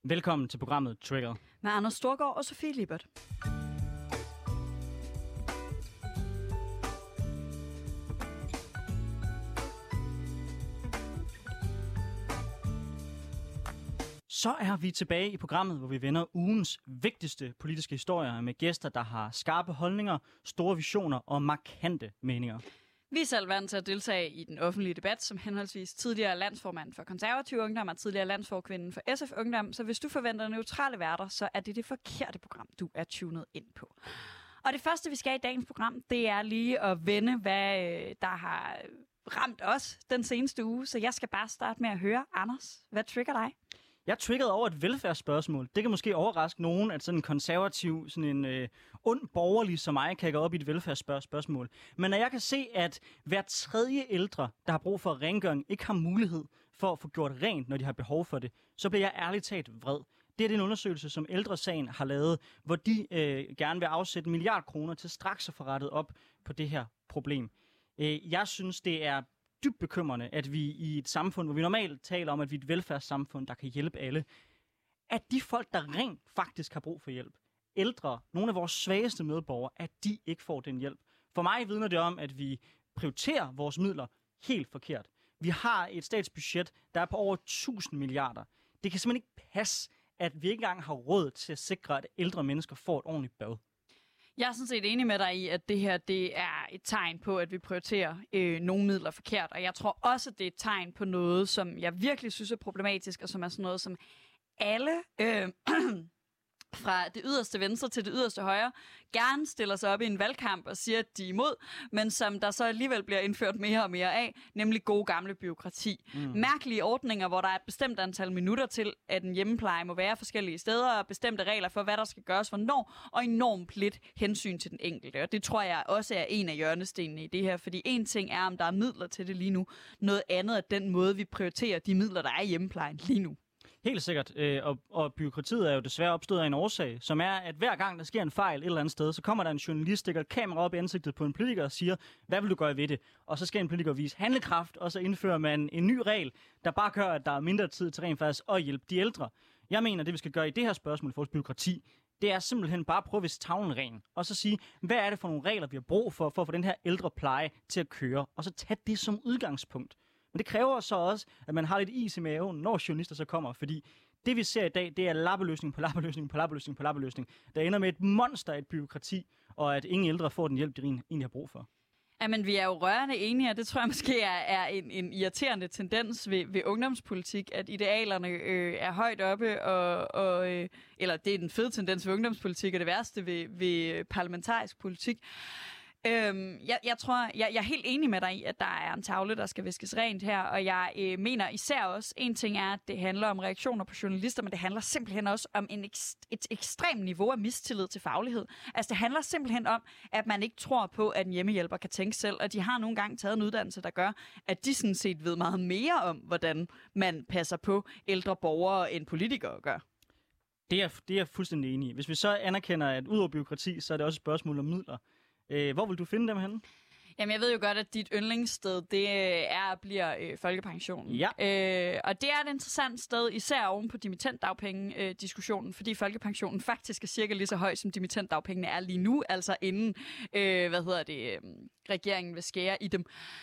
Velkommen til programmet Trigger. Med Anders Storgård og Sofie Lippert. Så er vi tilbage i programmet, hvor vi vender ugens vigtigste politiske historier med gæster, der har skarpe holdninger, store visioner og markante meninger. Vi er selv vant til at deltage i den offentlige debat som henholdsvis tidligere landsformand for Konservativ Ungdom og tidligere landsforkvinde for SF Ungdom, så hvis du forventer neutrale værter, så er det forkerte program, du er tunet ind på. Og det første, vi skal i dagens program, det er lige at vende, hvad der har ramt os den seneste uge, så jeg skal bare starte med at høre, Anders, hvad trigger dig? Jeg er triggeret over et velfærdsspørgsmål. Det kan måske overraske nogen, at sådan en konservativ, sådan en ond borgerlig som mig, kan gå op i et velfærdsspørgsmål. Men når jeg kan se, at hver tredje ældre, der har brug for rengøring, ikke har mulighed for at få gjort rent, når de har behov for det, så bliver jeg ærligt talt vred. Det er den undersøgelse, som Ældresagen har lavet, hvor de gerne vil afsætte 1 milliard kroner til straks at få rettet op på det her problem. Jeg synes, det er dybt bekymrende, at vi i et samfund, hvor vi normalt taler om, at vi er et velfærdssamfund, der kan hjælpe alle, at de folk, der rent faktisk har brug for hjælp, ældre, nogle af vores svageste medborgere, at de ikke får den hjælp. For mig vidner det om, at vi prioriterer vores midler helt forkert. Vi har et statsbudget, der er på over 1000 milliarder. Det kan simpelthen ikke passe, at vi ikke engang har råd til at sikre, at ældre mennesker får et ordentligt bad. Jeg er sådan set enig med dig i, at det her det er et tegn på, at vi prioriterer nogle midler forkert. Og jeg tror også, det er et tegn på noget, som jeg virkelig synes er problematisk, og som er sådan noget, som alle fra det yderste venstre til det yderste højre gerne stiller sig op i en valgkamp og siger, at de er imod, men som der så alligevel bliver indført mere og mere af, nemlig god gamle byråkrati. Mærkelige ordninger, hvor der er et bestemt antal minutter til, at en hjemmepleje må være forskellige steder, og bestemte regler for, hvad der skal gøres hvornår, og enormt lidt hensyn til den enkelte. Og det tror jeg også er en af hjørnestenene i det her, fordi en ting er, om der er midler til det lige nu, noget andet er den måde, vi prioriterer de midler, der er i hjemmeplejen lige nu. Helt sikkert, og byråkratiet er jo desværre opstået af en årsag, som er, at hver gang der sker en fejl et eller andet sted, så kommer der en journalist, stikker et kamera op i ansigtet på en politiker og siger, hvad vil du gøre ved det? Og så skal en politiker vise handlekraft, og så indfører man en ny regel, der bare gør, at der er mindre tid til rent faktisk at hjælpe de ældre. Jeg mener, det vi skal gøre i det her spørgsmål for vores byråkrati, det er simpelthen bare at prøve at vise tavlen ren, og så sige, hvad er det for nogle regler, vi har brug for at få den her ældrepleje til at køre, og så tage det som udgangspunkt. Men det kræver så også, at man har lidt is i maven, når journalister så kommer, fordi det vi ser i dag, det er lappeløsning på lappeløsning på lappeløsning på lappeløsning, der ender med et monster af et byråkrati, og at ingen ældre får den hjælp, de egentlig har brug for. Jamen, vi er jo rørende enige, og det tror jeg måske er en irriterende tendens ved ungdomspolitik, at idealerne er højt oppe, eller det er den fede tendens ved ungdomspolitik, og det værste ved parlamentarisk politik. Jeg tror, jeg er helt enig med dig i, at der er en tavle, der skal viskes rent her, og jeg mener især også, en ting er, at det handler om reaktioner på journalister, men det handler simpelthen også om et ekstremt niveau af mistillid til faglighed. Altså det handler simpelthen om, at man ikke tror på, at en hjemmehjælper kan tænke selv, og de har nogle gange taget en uddannelse, der gør, at de sådan set ved meget mere om, hvordan man passer på ældre borgere, end politikere gør. Det er jeg fuldstændig enig i. Hvis vi så anerkender, at ud over byråkrati, så er det også et spørgsmål om midler. Hvor vil du finde dem henne? Jamen, jeg ved jo godt, at dit yndlingssted, det er og bliver folkepensionen. Ja. Og det er et interessant sted, især oven på dimittentdagpenge-diskussionen, fordi folkepensionen faktisk er cirka lige så høj, som dimittentdagpengene er lige nu, altså inden, regeringen vil skære i dem.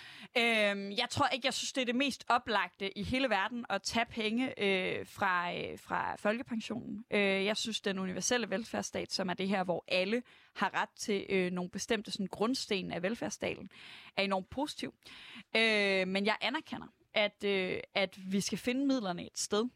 Jeg synes, det er det mest oplagte i hele verden at tage penge fra folkepensionen. Jeg synes, den universelle velfærdsstat, som er det her, hvor alle har ret til nogle bestemte sådan, grundsten af velfærdsstaten, er enormt positiv. Men jeg anerkender, at vi skal finde midlerne et sted.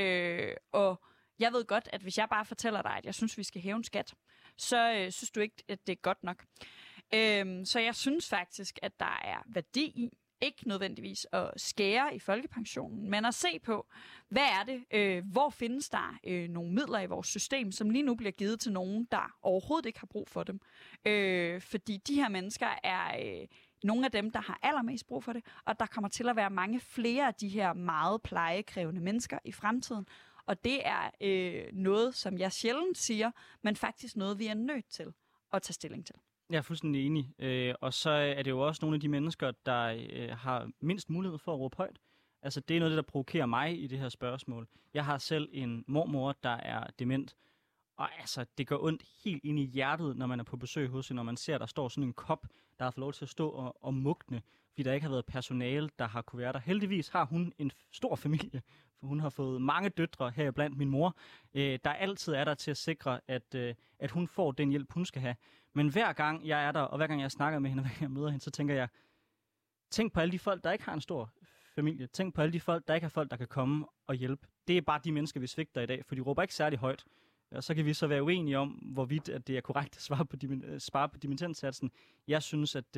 Og jeg ved godt, at hvis jeg bare fortæller dig, at jeg synes, vi skal hæve en skat, så synes du ikke, at det er godt nok. Så jeg synes faktisk, at der er værdi i, ikke nødvendigvis at skære i folkepensionen, men at se på, hvad er det, hvor findes der nogle midler i vores system, som lige nu bliver givet til nogen, der overhovedet ikke har brug for dem. Fordi de her mennesker er nogle af dem, der har allermest brug for det, og der kommer til at være mange flere af de her meget plejekrævende mennesker i fremtiden. Og det er noget, som jeg sjældent siger, men faktisk noget, vi er nødt til at tage stilling til. Jeg er fuldstændig enig. Og så er det jo også nogle af de mennesker, der har mindst mulighed for at råbe højt. Altså, det er noget af det, der provokerer mig i det her spørgsmål. Jeg har selv en mormor, der er dement, og altså, det gør ondt helt ind i hjertet, når man er på besøg hos hende, når man ser, der står sådan en kop, der har fået lov til at stå og mugne, fordi der ikke har været personale, der har kunne være der. Heldigvis har hun en stor familie, for hun har fået mange døtre her blandt min mor, der altid er der til at sikre, at hun får den hjælp, hun skal have. Men hver gang jeg er der, og hver gang jeg snakker med hende, og hver gang jeg møder hende, så tænker jeg, tænk på alle de folk, der ikke har en stor familie. Tænk på alle de folk, der ikke har folk, der kan komme og hjælpe. Det er bare de mennesker, vi svigter i dag, for de råber ikke særlig højt. Og så kan vi så være uenige om, hvorvidt at det er korrekt at svare på dimittendsatsen. Jeg synes, at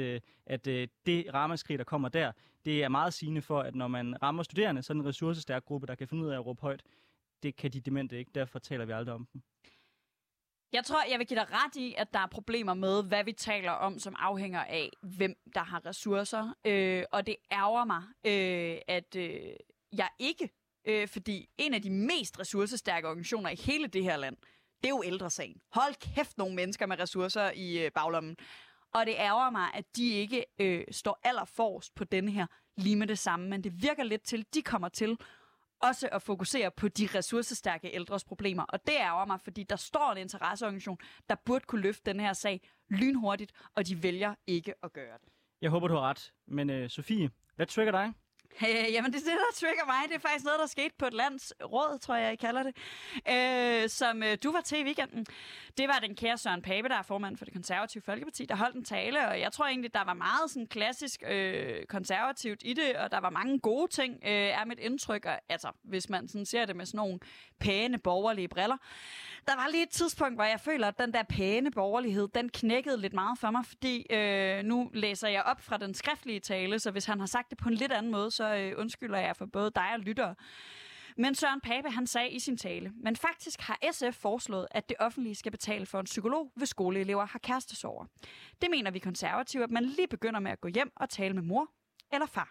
det ramaskrig, der kommer der, det er meget sigende for, at når man rammer studerende, så er det en ressourcestærk gruppe, der kan finde ud af at råbe højt. Det kan de demente ikke, derfor taler vi aldrig om dem. Jeg tror, jeg vil give dig ret i, at der er problemer med, hvad vi taler om, som afhænger af, hvem der har ressourcer. Og det ærger mig, at jeg ikke, fordi en af de mest ressourcestærke organisationer i hele det her land, det er jo Ældresagen. Hold kæft, nogle mennesker med ressourcer i baglommen. Og det ærger mig, at de ikke står allerforrest på denne her lige med det samme. Men det virker lidt til, de kommer til også at fokusere på de ressourcestærke ældres problemer. Og det ærger mig, fordi der står en interesseorganisation, der burde kunne løfte den her sag lynhurtigt, og de vælger ikke at gøre det. Jeg håber, du har ret. Men Sofie, hvad trigger dig? Jamen, det er det, der trigger mig. Det er faktisk noget, der skete på et landsråd, tror jeg, I kalder det, som du var til i weekenden. Det var den kære Søren Pape, der er formand for Det Konservative Folkeparti, der holdt en tale, og jeg tror egentlig, der var meget sådan klassisk konservativt i det, og der var mange gode ting, er mit indtryk, og, altså, hvis man sådan ser det med sådan nogle pæne borgerlige briller. Der var lige et tidspunkt, hvor jeg føler, at den der pæne borgerlighed, den knækkede lidt meget for mig, fordi nu læser jeg op fra den skriftlige tale, så hvis han har sagt det på en lidt anden måde, så undskylder jeg for både dig og lyttere. Men Søren Pape, han sagde i sin tale, men faktisk har SF foreslået, at det offentlige skal betale for en psykolog, hvis skoleelever har kærestesorger. Det mener vi konservative, at man lige begynder med at gå hjem og tale med mor eller far.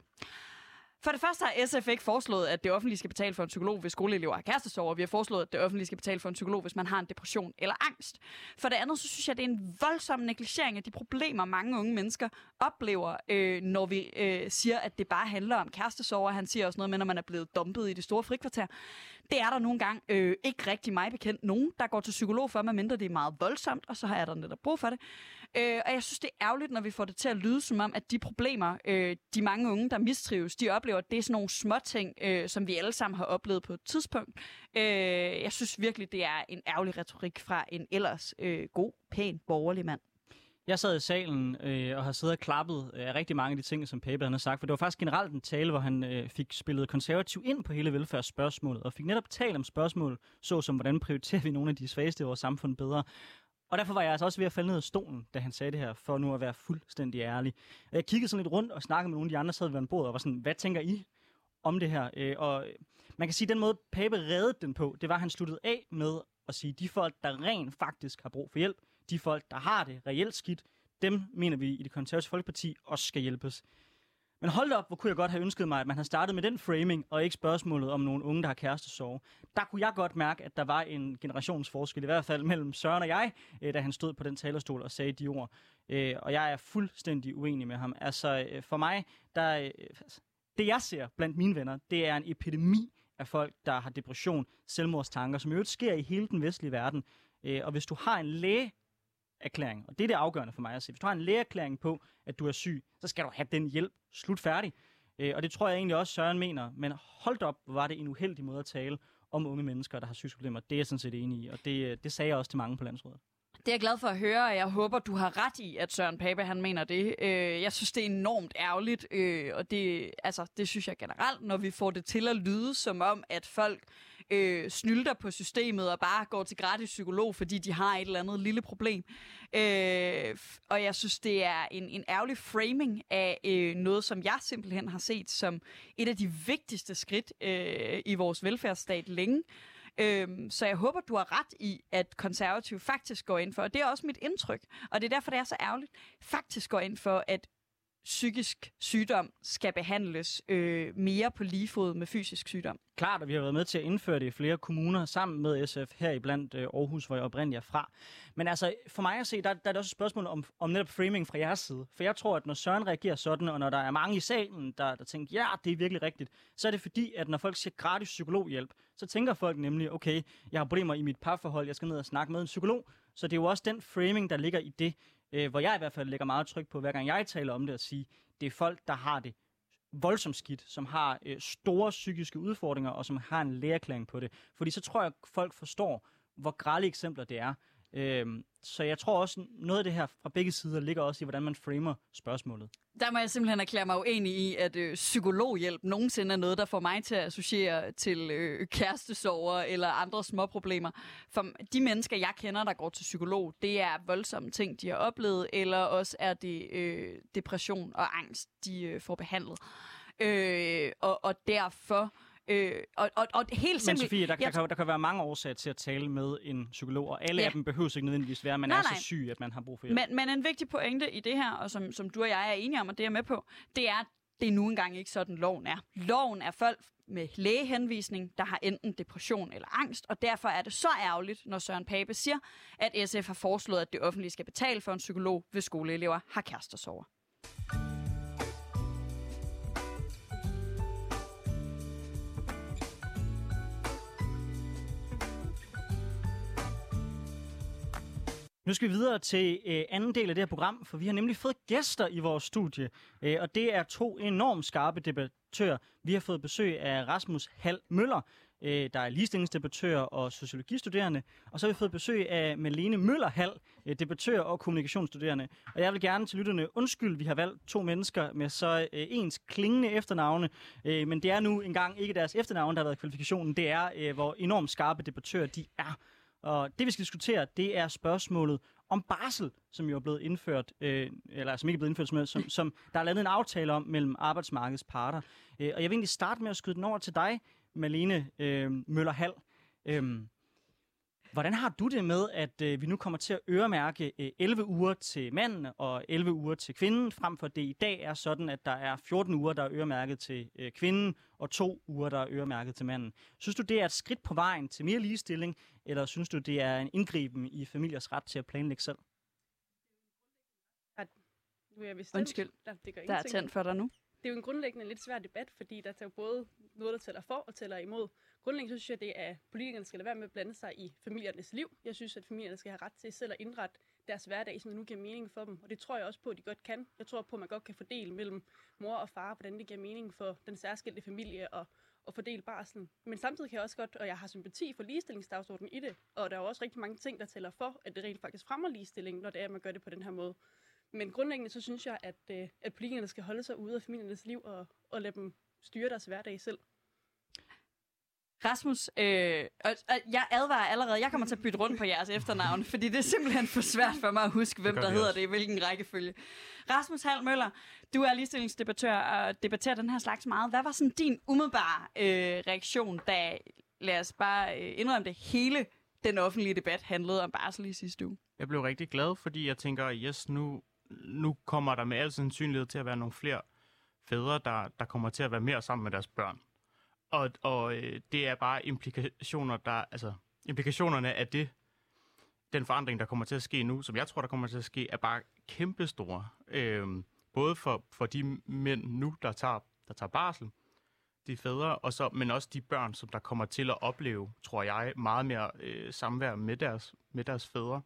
For det første har SF ikke foreslået, at det offentlige skal betale for en psykolog, hvis skoleelever har kærestesorger. Vi har foreslået, at det offentlige skal betale for en psykolog, hvis man har en depression eller angst. For det andet, så synes jeg, det er en voldsom negligering af de problemer, mange unge mennesker oplever, når vi siger, at det bare handler om kærestesorger. Han siger også noget med, når man er blevet dumpet i det store frikvarter. Det er der nogle gange ikke rigtig mig bekendt nogen, der går til psykolog for, medmindre det er meget voldsomt, og så har jeg der netop brug for det. Og jeg synes, det er ærgerligt, når vi får det til at lyde som om, at de problemer, de mange unge, der mistrives, de oplever, at det er sådan nogle småting, som vi alle sammen har oplevet på et tidspunkt. Jeg synes virkelig, det er en ærgerlig retorik fra en ellers god, pæn, borgerlig mand. Jeg sad i salen og har siddet og klappet af rigtig mange af de ting, som Pape han har sagt, for det var faktisk generelt en tale, hvor han fik spillet konservativ ind på hele velfærdsspørgsmålet, og fik netop talt om spørgsmål, såsom hvordan prioriterer vi nogle af de svageste i vores samfund bedre. Og derfor var jeg altså også ved at falde ned af stolen, da han sagde det her, for nu at være fuldstændig ærlig. Jeg kiggede sådan lidt rundt og snakkede med nogle af de andre, sad ved en bord og var sådan, hvad tænker I om det her? Og man kan sige, at den måde Pape reddede den på, det var, at han sluttede af med at sige, de folk, der rent faktisk har brug for hjælp, de folk, der har det reelt skidt, dem mener vi i Det Konservative Folkeparti også skal hjælpes. Men hold op, hvor kunne jeg godt have ønsket mig, at man havde startet med den framing, og ikke spørgsmålet om nogle unge, der har kærestesorg. Der kunne jeg godt mærke, at der var en generationsforskel, i hvert fald mellem Søren og jeg, da han stod på den talerstol og sagde de ord. Og jeg er fuldstændig uenig med ham. Altså, for mig, det jeg ser blandt mine venner, det er en epidemi af folk, der har depression, selvmordstanker, som i øvrigt sker i hele den vestlige verden. Og hvis du har en lægeerklæring, og det er det afgørende for mig at sige, hvis du har en lægeerklæring på, at du er syg, så skal du have den hjælp slut færdig. Og det tror jeg egentlig også, Søren mener. Men hold op, hvor var det en uheldig måde at tale om unge mennesker, der har sygeproblemer. Det er jeg sådan set enig i, og det sagde jeg også til mange på landsrådet. Det er jeg glad for at høre, og jeg håber, du har ret i, at Søren Pape, han mener det. Jeg synes, det er enormt ærgerligt, og det synes jeg generelt, når vi får det til at lyde som om, at folk snylder på systemet og bare går til gratis psykolog, fordi de har et eller andet lille problem. Og jeg synes, det er en ærgerlig framing af noget, som jeg simpelthen har set som et af de vigtigste skridt i vores velfærdsstat længe. Så jeg håber, du har ret i, at konservative faktisk går ind for, og det er også mit indtryk, og det er derfor, det er så ærgerligt, faktisk går ind for, at psykisk sygdom skal behandles mere på lige fod med fysisk sygdom. Klart, og vi har været med til at indføre det i flere kommuner sammen med SF her iblandt Aarhus, hvor jeg oprindeligt er fra. Men altså, for mig at se, der er det også et spørgsmål om netop framing fra jeres side. For jeg tror, at når Søren reagerer sådan, og når der er mange i salen, der tænker, ja, det er virkelig rigtigt, så er det fordi, at når folk siger gratis psykologhjælp, så tænker folk nemlig, okay, jeg har problemer i mit parforhold, jeg skal ned og snakke med en psykolog. Så det er jo også den framing, der ligger i det, hvor jeg i hvert fald lægger meget tryk på, hver gang jeg taler om det, at sige, det er folk, der har det voldsomt skidt, som har store psykiske udfordringer, og som har en lægeerklæring på det. Fordi så tror jeg, at folk forstår, hvor grelle eksempler det er. Så jeg tror også, noget af det her fra begge sider ligger også i, hvordan man framer spørgsmålet. Der må jeg simpelthen erklære mig uenig i, at psykologhjælp nogensinde er noget, der får mig til at associere til kærestesorger eller andre små problemer. For de mennesker, jeg kender, der går til psykolog, det er voldsomme ting, de har oplevet, eller også er det depression og angst, de får behandlet. Og derfor... Og helt simpelt... Men Sofie, der kan være mange årsager til at tale med en psykolog, og alle af dem behøver ikke nødvendigvis være, at man er så syg, at man har brug for hjælp. Men en vigtig pointe i det her, og som du og jeg er enige om, og det er med på, det er, at det er nu engang ikke sådan, loven er. Loven er folk med lægehenvisning, der har enten depression eller angst, og derfor er det så ærgerligt, når Søren Pape siger, at SF har foreslået, at det offentlige skal betale for en psykolog, hvis skoleelever har kærestesorger. Nu skal vi videre til anden del af det her program, for vi har nemlig fået gæster i vores studie, og det er to enormt skarpe debattører. Vi har fået besøg af Rasmus Hald Møller, der er ligestillingsdebattør og sociologistuderende, og så har vi fået besøg af Malene Møller Hald, debattør og kommunikationsstuderende. Og jeg vil gerne til lytterne undskylde, vi har valgt to mennesker med så ens klingende efternavne, men det er nu engang ikke deres efternavn, der har været kvalifikationen, det er, hvor enormt skarpe debattører de er. Og det, vi skal diskutere, det er spørgsmålet om barsel, som jo er blevet indført, eller som ikke er blevet indført, som der er lavet en aftale om mellem arbejdsmarkedets parter. Og jeg vil egentlig starte med at skyde den over til dig, Malene Møller Hald. Hvordan har du det med, at vi nu kommer til at øremærke 11 uger til manden og 11 uger til kvinden, frem for det i dag er sådan, at der er 14 uger, der er øremærket til kvinden, og 2 uger, der er øremærket til manden? Synes du, det er et skridt på vejen til mere ligestilling, eller synes du, det er en indgriben i familiers ret til at planlægge selv? Undskyld, der er tændt for dig nu. Det er jo en grundlæggende lidt svær debat, fordi der er både noget, der tæller for og tæller imod. Grundlæggende synes jeg, det er, at politikerne skal lade være med at blande sig i familiernes liv. Jeg synes, at familierne skal have ret til selv at indrette deres hverdag, som det nu giver mening for dem. Og det tror jeg også på, at de godt kan. Jeg tror på, at man godt kan fordele mellem mor og far, hvordan det giver mening for den særskilte familie og fordele barslen. Men samtidig kan jeg også godt, og jeg har sympati for ligestillingsdagsordenen i det, og der er også rigtig mange ting, der tæller for, at det rent faktisk fremmer ligestilling, når det er, at man gør det på den her måde. Men grundlæggende så synes jeg, at politikerne skal holde sig ude af familiernes liv og lade dem styre deres hverdag selv. Rasmus, jeg advarer allerede, jeg kommer til at bytte rundt på jeres efternavn, fordi det er simpelthen for svært for mig at huske, hvem der hedder det i hvilken rækkefølge. Rasmus Hald Møller, du er ligestillingsdebattør og debatterer den her slags meget. Hvad var sådan din umiddelbare reaktion, da, lad os bare indrømme det, hele den offentlige debat handlede om barsel i sidste uge? Jeg blev rigtig glad, fordi jeg tænker, yes, nu kommer der med al sandsynlighed til at være nogle flere fædre, der kommer til at være mere sammen med deres børn. Og det er bare implikationerne af den forandring, der kommer til at ske nu, som jeg tror, der kommer til at ske, er bare kæmpestore. Både for de mænd nu, der tager barsel, de fædre, men også de børn, som der kommer til at opleve, tror jeg, meget mere samvær med deres fædre.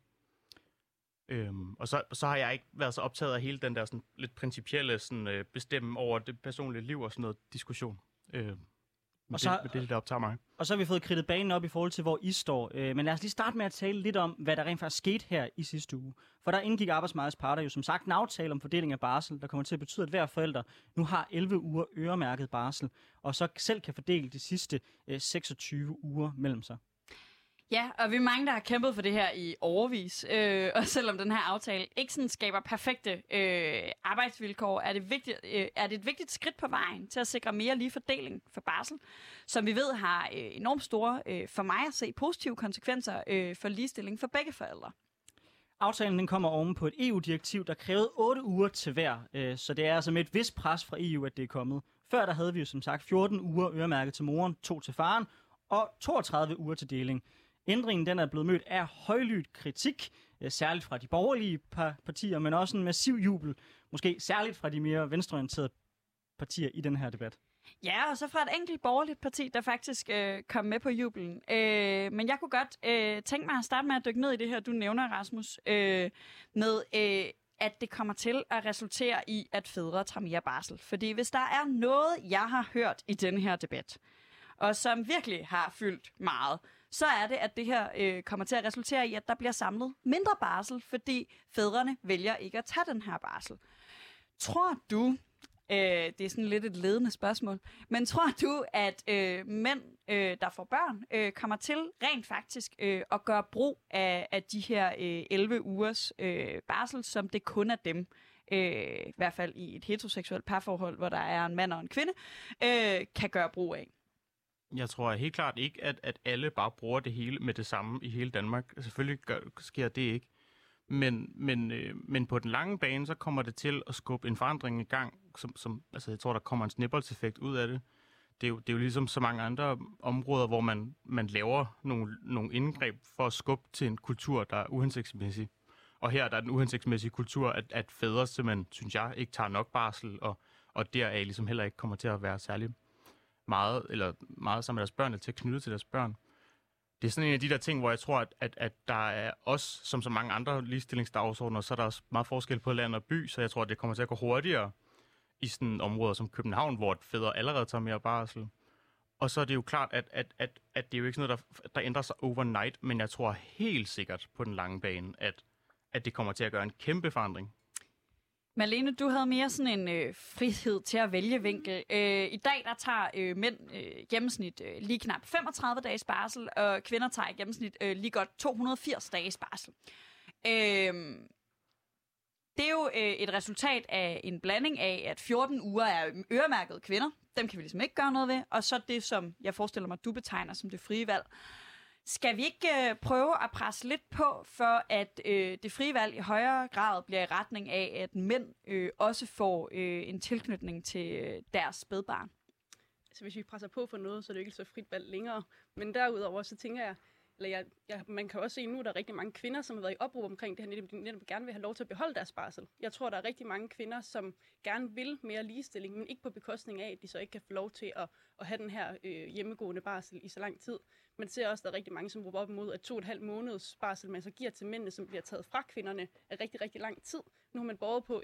Og så har jeg ikke været så optaget af hele den der sådan lidt principielle sådan, bestemme over det personlige liv og sådan noget diskussion. Og det der optager mig. Og så har vi fået kridtet banen op i forhold til, hvor I står. Men lad os lige starte med at tale lidt om, hvad der rent faktisk skete her i sidste uge. For der indgik arbejdsmarkedets parter jo som sagt en aftale om fordeling af barsel, der kommer til at betyde, at hver forælder nu har 11 uger øremærket barsel, og så selv kan fordele de sidste 26 uger mellem sig. Ja, og vi er mange, der har kæmpet for det her i årevis. Og selvom den her aftale ikke sådan skaber perfekte arbejdsvilkår, er det et vigtigt skridt på vejen til at sikre mere lige fordeling for barsel, som vi ved har enormt store, for mig at se, positive konsekvenser for ligestilling for begge forældre. Aftalen den kommer oven på et EU-direktiv, der krævede 8 uger til hver, så det er altså med et vist pres fra EU, at det er kommet. Før der havde vi jo som sagt 14 uger øremærket til moren, 2 til faren og 32 uger til deling. Ændringen den er blevet mødt af højlydt kritik, særligt fra de borgerlige partier, men også en massiv jubel, måske særligt fra de mere venstreorienterede partier i den her debat. Ja, og så fra et enkelt borgerligt parti, der faktisk kom med på jubelen. Men jeg kunne godt tænke mig at starte med at dykke ned i det her, du nævner, Rasmus, med at det kommer til at resultere i, at fædre tager mere barsel. Fordi hvis der er noget, jeg har hørt i den her debat, og som virkelig har fyldt meget, så er det, at det her kommer til at resultere i, at der bliver samlet mindre barsel, fordi fædrene vælger ikke at tage den her barsel. Tror du, det er sådan lidt et ledende spørgsmål, men tror du, at mænd, der får børn, kommer til rent faktisk at gøre brug af de her 11 ugers barsel, som det kun er dem, i hvert fald i et heteroseksuelt parforhold, hvor der er en mand og en kvinde, kan gøre brug af? Jeg tror helt klart ikke, at alle bare bruger det hele med det samme i hele Danmark. Selvfølgelig sker det ikke. Men på den lange bane, så kommer det til at skubbe en forandring i gang, som altså jeg tror, der kommer en snibboldseffekt ud af det. Det er jo ligesom så mange andre områder, hvor man laver nogle indgreb for at skubbe til en kultur, der er uhensigtsmæssig. Og her der er den uhensigtsmæssige kultur, at fædre simpelthen, synes jeg, ikke tager nok barsel, og deraf ligesom heller ikke kommer til at være særlig meget sammen med deres børn, eller til at knytte til deres børn. Det er sådan en af de der ting, hvor jeg tror, at der er også, som så mange andre ligestillingsdagsordner, så er der også meget forskel på land og by, så jeg tror, at det kommer til at gå hurtigere i sådan områder som København, hvor fædre allerede tager mere barsel. Og så er det jo klart, at det er jo ikke sådan noget, der ændrer sig overnight, men jeg tror helt sikkert på den lange bane, at det kommer til at gøre en kæmpe forandring. Marlene, du havde mere sådan en frihed til at vælge vinkel. I dag der tager mænd gennemsnit lige knap 35 dages barsel, og kvinder tager i gennemsnit lige godt 280 dages barsel. Det er jo et resultat af en blanding af, at 14 uger er øremærket kvinder. Dem kan vi ligesom ikke gøre noget ved. Og så det, som jeg forestiller mig, du betegner som det frie valg. Skal vi ikke prøve at presse lidt på, for at det frie valg i højere grad bliver i retning af, at mænd også får en tilknytning til deres spædbarn? Altså hvis vi presser på for noget, så er det jo ikke så frit valg længere. Men derudover så tænker jeg, man kan også se nu, at der er rigtig mange kvinder, som har været i opråb omkring det her, netop gerne vil have lov til at beholde deres barsel. Jeg tror, der er rigtig mange kvinder, som gerne vil mere ligestilling, men ikke på bekostning af, at de så ikke kan få lov til at have den her hjemmegående barsel i så lang tid. Man ser også, at der er rigtig mange, som råber op imod, at 2,5 måneders barsel, man så giver til mændene, som bliver taget fra kvinderne, er rigtig, rigtig lang tid. Nu har man båret på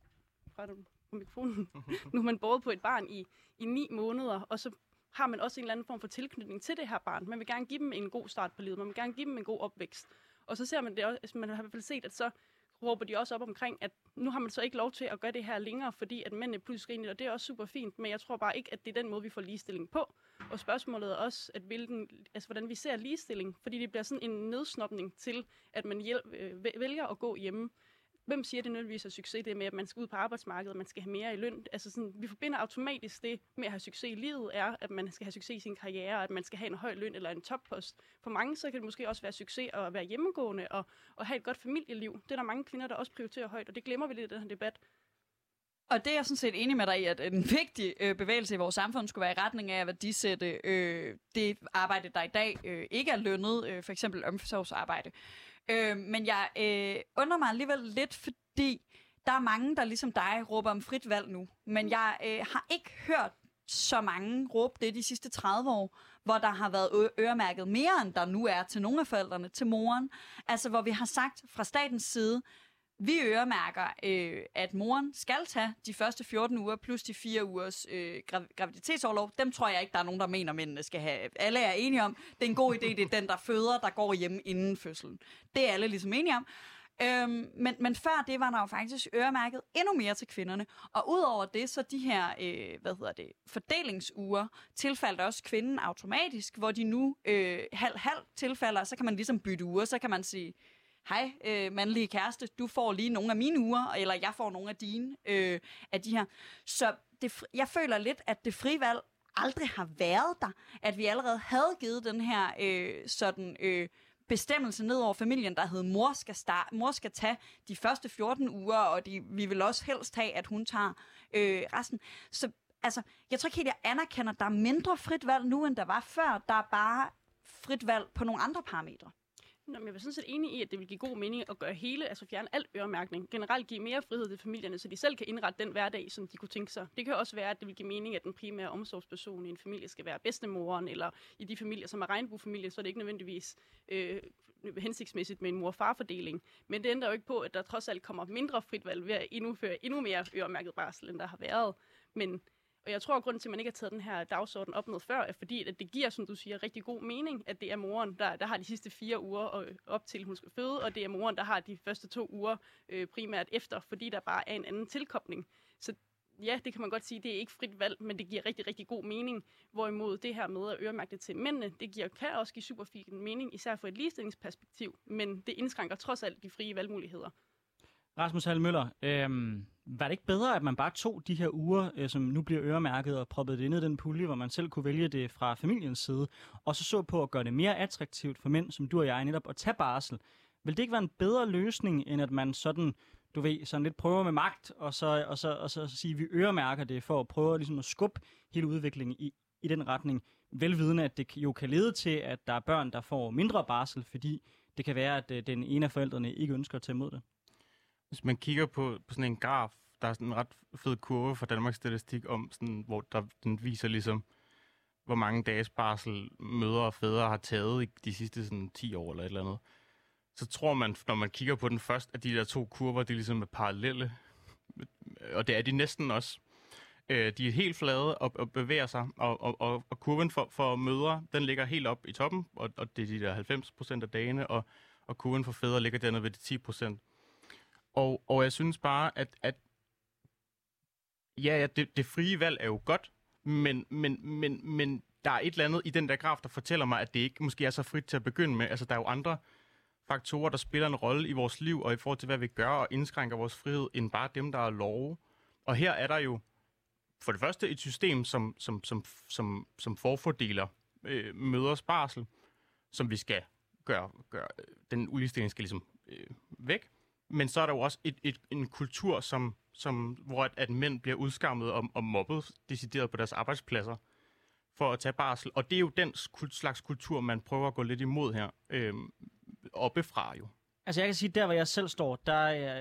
Nu har man båret på et barn i 9 måneder, og så har man også en eller anden form for tilknytning til det her barn. Man vil gerne give dem en god start på livet, man vil gerne give dem en god opvækst. Og så ser man det også, man har i hvert fald set, at så råber de også op omkring, at nu har man så ikke lov til at gøre det her længere, fordi at mændene pludselig skal ind i det, og det er også super fint, men jeg tror bare ikke, at det er den måde, vi får ligestilling på. Og spørgsmålet er også, at hvordan vi ser ligestilling, fordi det bliver sådan en nedsnopning til, at man vælger at gå hjemme. Hvem siger det nødvendigvis er succes, det med, at man skal ud på arbejdsmarkedet, og man skal have mere i løn? Altså sådan, vi forbinder automatisk det med at have succes i livet, er, at man skal have succes i sin karriere, at man skal have en høj løn eller en toppost. For mange så kan det måske også være succes at være hjemmegående og have et godt familieliv. Det er der mange kvinder, der også prioriterer højt, og det glemmer vi lidt i den her debat. Og det er jeg sådan set enig med dig i, at en vigtig bevægelse i vores samfund skulle være i retning af at værdisætte det arbejde, der i dag ikke er lønnet, for eksempel omsorgsarbejde. Men jeg undrer mig alligevel lidt, fordi der er mange, der ligesom dig råber om frit valg nu. Men jeg har ikke hørt så mange råbe det de sidste 30 år, hvor der har været øremærket mere, end der nu er til nogle af forældrene, til moren. Altså hvor vi har sagt fra statens side, vi øremærker, at moren skal tage de første 14 uger plus de 4 ugers graviditetsorlov. Dem tror jeg ikke, der er nogen, der mener, mændene skal have. Alle er enige om, det er en god idé, det er den, der føder, der går hjemme inden fødslen. Det er alle ligesom enige om. Men før det var der jo faktisk øremærket endnu mere til kvinderne. Og udover det, så de her fordelingsuger tilfaldt også kvinden automatisk, hvor de nu halv tilfalder, så kan man ligesom bytte uger, så kan man sige, hej, mandlige kæreste, du får lige nogle af mine uger, eller jeg får nogle af dine af de her. Så jeg føler lidt, at det frie valg aldrig har været der. At vi allerede havde givet den her bestemmelse ned over familien, der hed, mor skal tage de første 14 uger, og vi vil også helst have, at hun tager resten. Så altså, jeg tror ikke helt, jeg anerkender, at der er mindre frit valg nu, end der var før. Der er bare frit valg på nogle andre parametre. Nå, men jeg var sådan set enig i, at det vil give god mening at gøre altså fjerne al øremærkning. Generelt give mere frihed til familierne, så de selv kan indrette den hverdag, som de kunne tænke sig. Det kan også være, at det vil give mening, at den primære omsorgsperson i en familie skal være bedstemoren, eller i de familier, som er regnbuefamilier, så er det ikke nødvendigvis hensigtsmæssigt med en mor-far-fordeling. Men det ændrer jo ikke på, at der trods alt kommer mindre frit valg ved at indføre endnu mere øremærket barsel, end der har været. Og jeg tror, at grunden til, at man ikke har taget den her dagsorden op noget før, er fordi, at det giver, som du siger, rigtig god mening, at det er moren, der har de sidste 4 uger op til, hun skal føde, og det er moren, der har de første 2 uger primært efter, fordi der bare er en anden tilkobling. Så ja, det kan man godt sige, det er ikke frit valg, men det giver rigtig, rigtig god mening. Hvorimod det her med at øremærke det til mændene, kan også give super fin mening, især for et ligestillingsperspektiv, men det indskrænker trods alt de frie valgmuligheder. Rasmus Hall Møller, var det ikke bedre, at man bare tog de her uger, som nu bliver øremærket, og proppede det ind i den pulje, hvor man selv kunne vælge det fra familiens side, og så på at gøre det mere attraktivt for mænd, som du og jeg, netop at tage barsel? Vil det ikke være en bedre løsning, end at man sådan, du ved, sådan lidt prøver med magt, og så sige, at vi øremærker det for at prøve ligesom at skubbe hele udviklingen i den retning, velvidende, at det jo kan lede til, at der er børn, der får mindre barsel, fordi det kan være, at den ene af forældrene ikke ønsker at tage imod det? Hvis man kigger på sådan en graf, der er sådan en ret fed kurve fra Danmarks Statistik om, sådan, hvor den viser ligesom, hvor mange dages barsel mødre og fædre har taget i de sidste sådan, 10 år eller et eller andet. Så tror man, når man kigger på den først, at de der 2 kurver, de ligesom er parallelle. Og det er de næsten også. De er helt flade og bevæger sig, og kurven for mødre, den ligger helt op i toppen, og det er de der 90% af dagene, og kurven for fædre ligger dernede ved de 10%. Og jeg synes bare, at det frie valg er jo godt, men der er et eller andet i den der graf, der fortæller mig, at det ikke måske er så frit til at begynde med. Altså, der er jo andre faktorer, der spiller en rolle i vores liv, og i forhold til, hvad vi gør og indskrænker vores frihed, end bare dem, der er love. Og her er der jo for det første et system, som forfordeler mødres barsel, som vi skal gøre den uligestilling skal ligesom væk. Men så er der jo også en kultur, hvor at mænd bliver udskammet og mobbet decideret på deres arbejdspladser for at tage barsel. Og det er jo den slags kultur, man prøver at gå lidt imod her, oppefra jo. Altså jeg kan sige, der hvor jeg selv står, der er...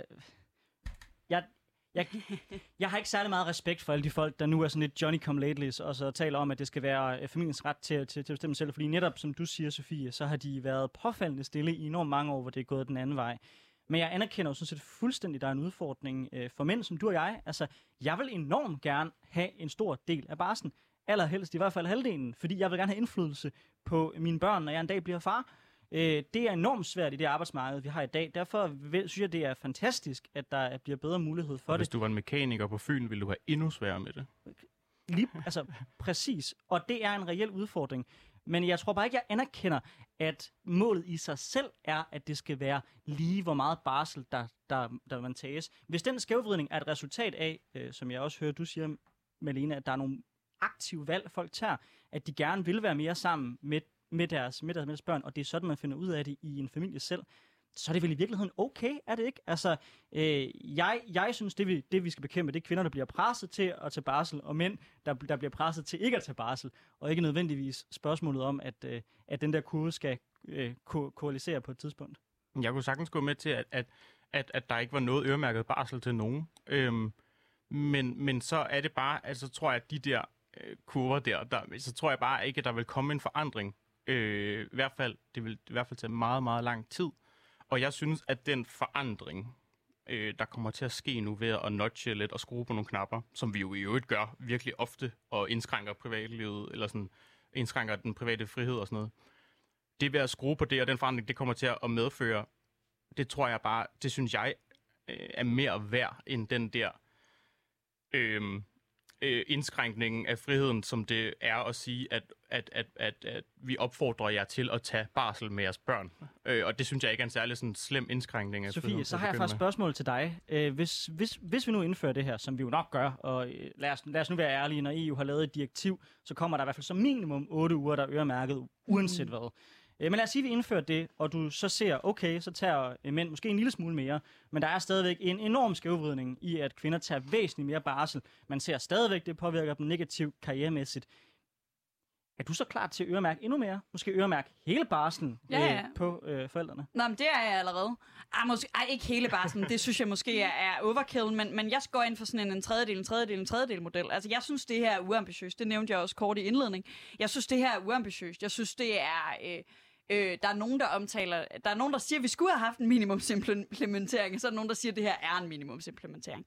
Jeg har ikke særlig meget respekt for alle de folk, der nu er sådan lidt Johnny-come-latelys, og så taler om, at det skal være familiens ret til at bestemme selv. Fordi netop, som du siger, Sofie, så har de været påfaldende stille i enormt mange år, hvor det er gået den anden vej. Men jeg anerkender jo sådan set fuldstændig, der er en udfordring for mænd som du og jeg. Altså, jeg vil enormt gerne have en stor del af barslen. Allerhelst i hvert fald halvdelen, fordi jeg vil gerne have indflydelse på mine børn, når jeg en dag bliver far. Det er enormt svært i det arbejdsmarked, vi har i dag. Derfor synes jeg, det er fantastisk, at der bliver bedre mulighed for det. Hvis du var en mekaniker på Fyn, ville du have endnu sværere med det. Præcis. Og det er en reel udfordring. Men jeg tror bare ikke, jeg anerkender, at målet i sig selv er, at det skal være lige, hvor meget barsel, der man tages. Hvis den skævvridning er et resultat af, som jeg også hører, du siger, Malene, at der er nogle aktive valg, folk tager, at de gerne vil være mere sammen med deres børn, og det er sådan, man finder ud af det i en familie selv, så er det vel i virkeligheden okay, er det ikke? Altså, jeg synes, det vi skal bekæmpe, det er kvinder, der bliver presset til at tage barsel, og mænd, der bliver presset til ikke at tage barsel, og ikke nødvendigvis spørgsmålet om, at den der kurve skal koalisere på et tidspunkt. Jeg kunne sagtens gå med til, at der ikke var noget øremærket barsel til nogen. Men så er det bare, altså tror jeg, at de der kurver så tror jeg bare ikke, at der vil komme en forandring. I hvert fald, det vil i hvert fald tage meget, meget lang tid. Og jeg synes, at den forandring, der kommer til at ske nu ved at notche lidt og skrue på nogle knapper, som vi jo i øvrigt gør virkelig ofte, og indskrænker privatlivet, eller sådan indskrænker den private frihed og sådan noget. Det ved at skrue på det, og den forandring, det kommer til at medføre, det tror jeg bare, det synes jeg er mere værd end den der indskrænkningen af friheden, som det er at sige, at vi opfordrer jer til at tage barsel med jeres børn. Og det synes jeg ikke er en særlig sådan slem indskrænkning af friheden. Sofie, så har jeg faktisk et spørgsmål til dig. Hvis vi nu indfører det her, som vi jo nok gør, og lad os nu være ærlige, når EU har lavet et direktiv, så kommer der i hvert fald som minimum 8 uger, der er øremærket, uanset hvad. Men lad os sige, at vi indfører det, og du så ser, okay, så tager mænd måske en lille smule mere, men der er stadigvæk en enorm skævvridning i, at kvinder tager væsentligt mere barsel. Man ser stadigvæk, det påvirker dem negativt karrieremæssigt. Er du så klar til at øremærke endnu mere? Måske øremærke hele barslen på forældrene? Nå, men det er jeg allerede. Ikke hele barslen. Det synes jeg måske er overkill, men jeg går ind for sådan en tredjedel model. Altså, jeg synes, det her er uambitiøst. Det nævnte jeg også kort i indledning. Jeg synes, det her er uambitiøst. Jeg synes, det er... der er nogen, der siger, at vi skulle have haft en minimumsimplementering, og så er der nogen, der siger, at det her er en minimumsimplementering.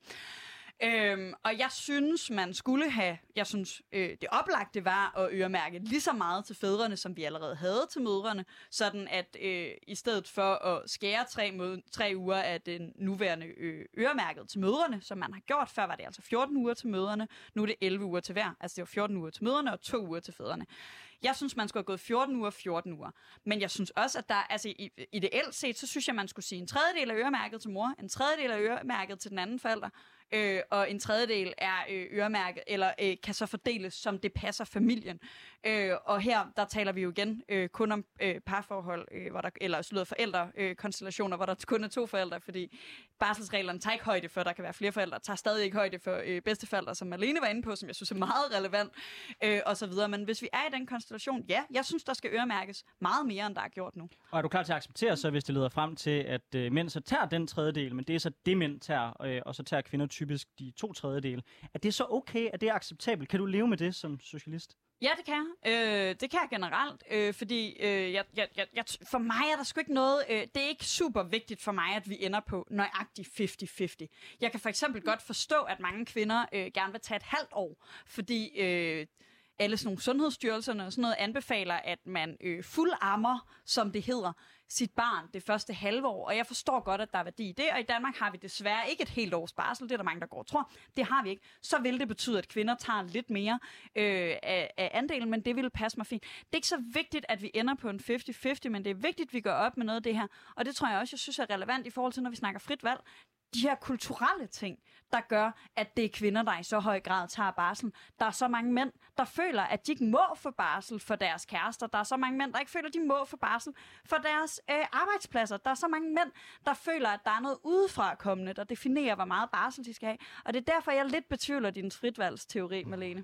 Og jeg synes, man skulle have, det oplagte var at øremærke lige så meget til fædrene, som vi allerede havde til mødrene, sådan at i stedet for at skære 3 uger af den nuværende øremærket til mødrene, som man har gjort, før var det altså 14 uger til mødrene, nu er det 11 uger til hver, altså det var 14 uger til mødrene og 2 uger til fædrene. Jeg synes, man skulle have gået 14 uger. Men jeg synes også, at der, altså ideelt set, så synes jeg, man skulle sige en tredjedel af øremærket til mor, en tredjedel af øremærket til den anden forælder, og en tredjedel er øremærket, eller kan så fordeles, som det passer familien. Og her, der taler vi jo igen kun om parforhold, eller forældrekonstellationer, hvor der kun er 2 forældre, fordi barselsreglerne tager ikke højde for, der kan være flere forældre, tager stadig ikke højde for bedsteforældre, som Malene var inde på, som jeg synes er meget relevant, og så videre. Men hvis vi er i den konstellation, ja, jeg synes, der skal øremærkes meget mere, end der er gjort nu. Og er du klar til at acceptere så, hvis det leder frem til, at mænd så tager den tredjedel, men det er så det, mænd tager, og så tager kvinder typisk de 2 tredjedele. Er det så okay? Er det acceptabelt? Kan du leve med det som socialist? Ja, det kan jeg. Det kan jeg generelt, fordi for mig er der sgu ikke noget... det er ikke super vigtigt for mig, at vi ender på nøjagtigt 50-50. Jeg kan for eksempel godt forstå, at mange kvinder gerne vil tage et halvt år, fordi... alle sådan nogle sundhedsstyrelserne og sådan noget anbefaler, at man fuldarmer, som det hedder, sit barn det første halve år. Og jeg forstår godt, at der er værdi i det, og i Danmark har vi desværre ikke et helt års barsel. Det er der mange, der går og tror. Det har vi ikke. Så vil det betyde, at kvinder tager lidt mere af andelen, men det vil passe mig fint. Det er ikke så vigtigt, at vi ender på en 50-50, men det er vigtigt, at vi går op med noget af det her. Og det tror jeg synes er relevant i forhold til, når vi snakker frit valg. De her kulturelle ting, der gør, at det er kvinder, der i så høj grad tager barsel. Der er så mange mænd, der føler, at de ikke må få barsel for deres kærester. Der er så mange mænd, der ikke føler, at de må få barsel for deres arbejdspladser. Der er så mange mænd, der føler, at der er noget udefra kommende, der definerer, hvor meget barsel de skal have. Og det er derfor, jeg lidt betvivler din fritvalgsteori, Malene.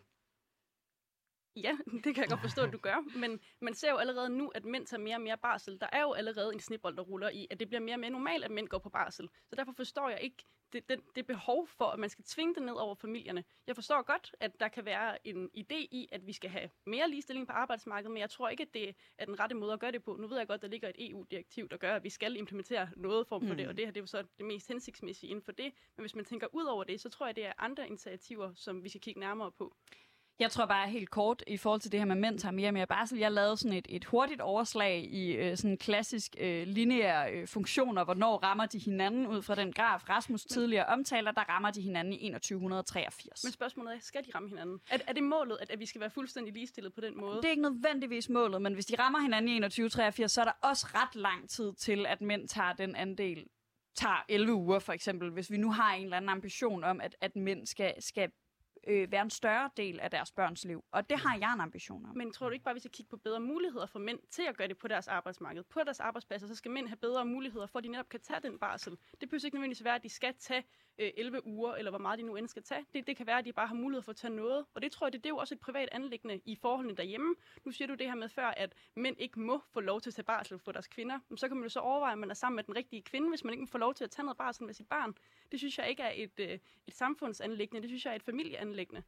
Ja, det kan jeg godt forstå, at du gør, men man ser jo allerede nu, at mænd tager mere og mere barsel. Der er jo allerede en snibbold, der ruller i, at det bliver mere og mere normalt, at mænd går på barsel. Så derfor forstår jeg ikke det behov for, at man skal tvinge det ned over familierne. Jeg forstår godt, at der kan være en idé i, at vi skal have mere ligestilling på arbejdsmarkedet, men jeg tror ikke, at det er den rette måde at gøre det på. Nu ved jeg godt, at der ligger et EU-direktiv, der gør, at vi skal implementere noget form for det, og det her det er jo så det mest hensigtsmæssige inden for det. Men hvis man tænker ud over det, så tror jeg, det er andre initiativer, som vi skal kigge nærmere på. Jeg tror bare helt kort i forhold til det her med mænd tager mere og mere barsel. Jeg lavede sådan et hurtigt overslag i sådan klassisk lineære funktioner, hvornår rammer de hinanden ud fra den graf, Rasmus tidligere omtaler, der rammer de hinanden i 2183. Men spørgsmålet er, skal de ramme hinanden? Er det målet, at vi skal være fuldstændig ligestillet på den måde? Det er ikke nødvendigvis målet, men hvis de rammer hinanden i 2183, så er der også ret lang tid til, at mænd tager den andel. Tager 11 uger for eksempel, hvis vi nu har en eller anden ambition om, at mænd skal være en større del af deres børns liv. Og det har jeg en ambition om. Men tror du ikke bare, vi skal kigge på bedre muligheder for mænd til at gøre det på deres arbejdsmarked? På deres arbejdspladser, så skal mænd have bedre muligheder for, at de netop kan tage den barsel. Det behøver ikke nødvendigvis være, at de skal tage 11 uger, eller hvor meget de nu end skal tage. Det kan være, at de bare har mulighed for at tage noget. Og det tror jeg, det er jo også et privat anliggende i forholdene derhjemme. Nu siger du det her med før, at mænd ikke må få lov til at tage barsel for deres kvinder. Men så kan man jo så overveje, at man er sammen med den rigtige kvinde, hvis man ikke må få lov til at tage noget barsel med sit barn. Det synes jeg ikke er et samfundsanliggende. Det synes jeg er et familieanliggende.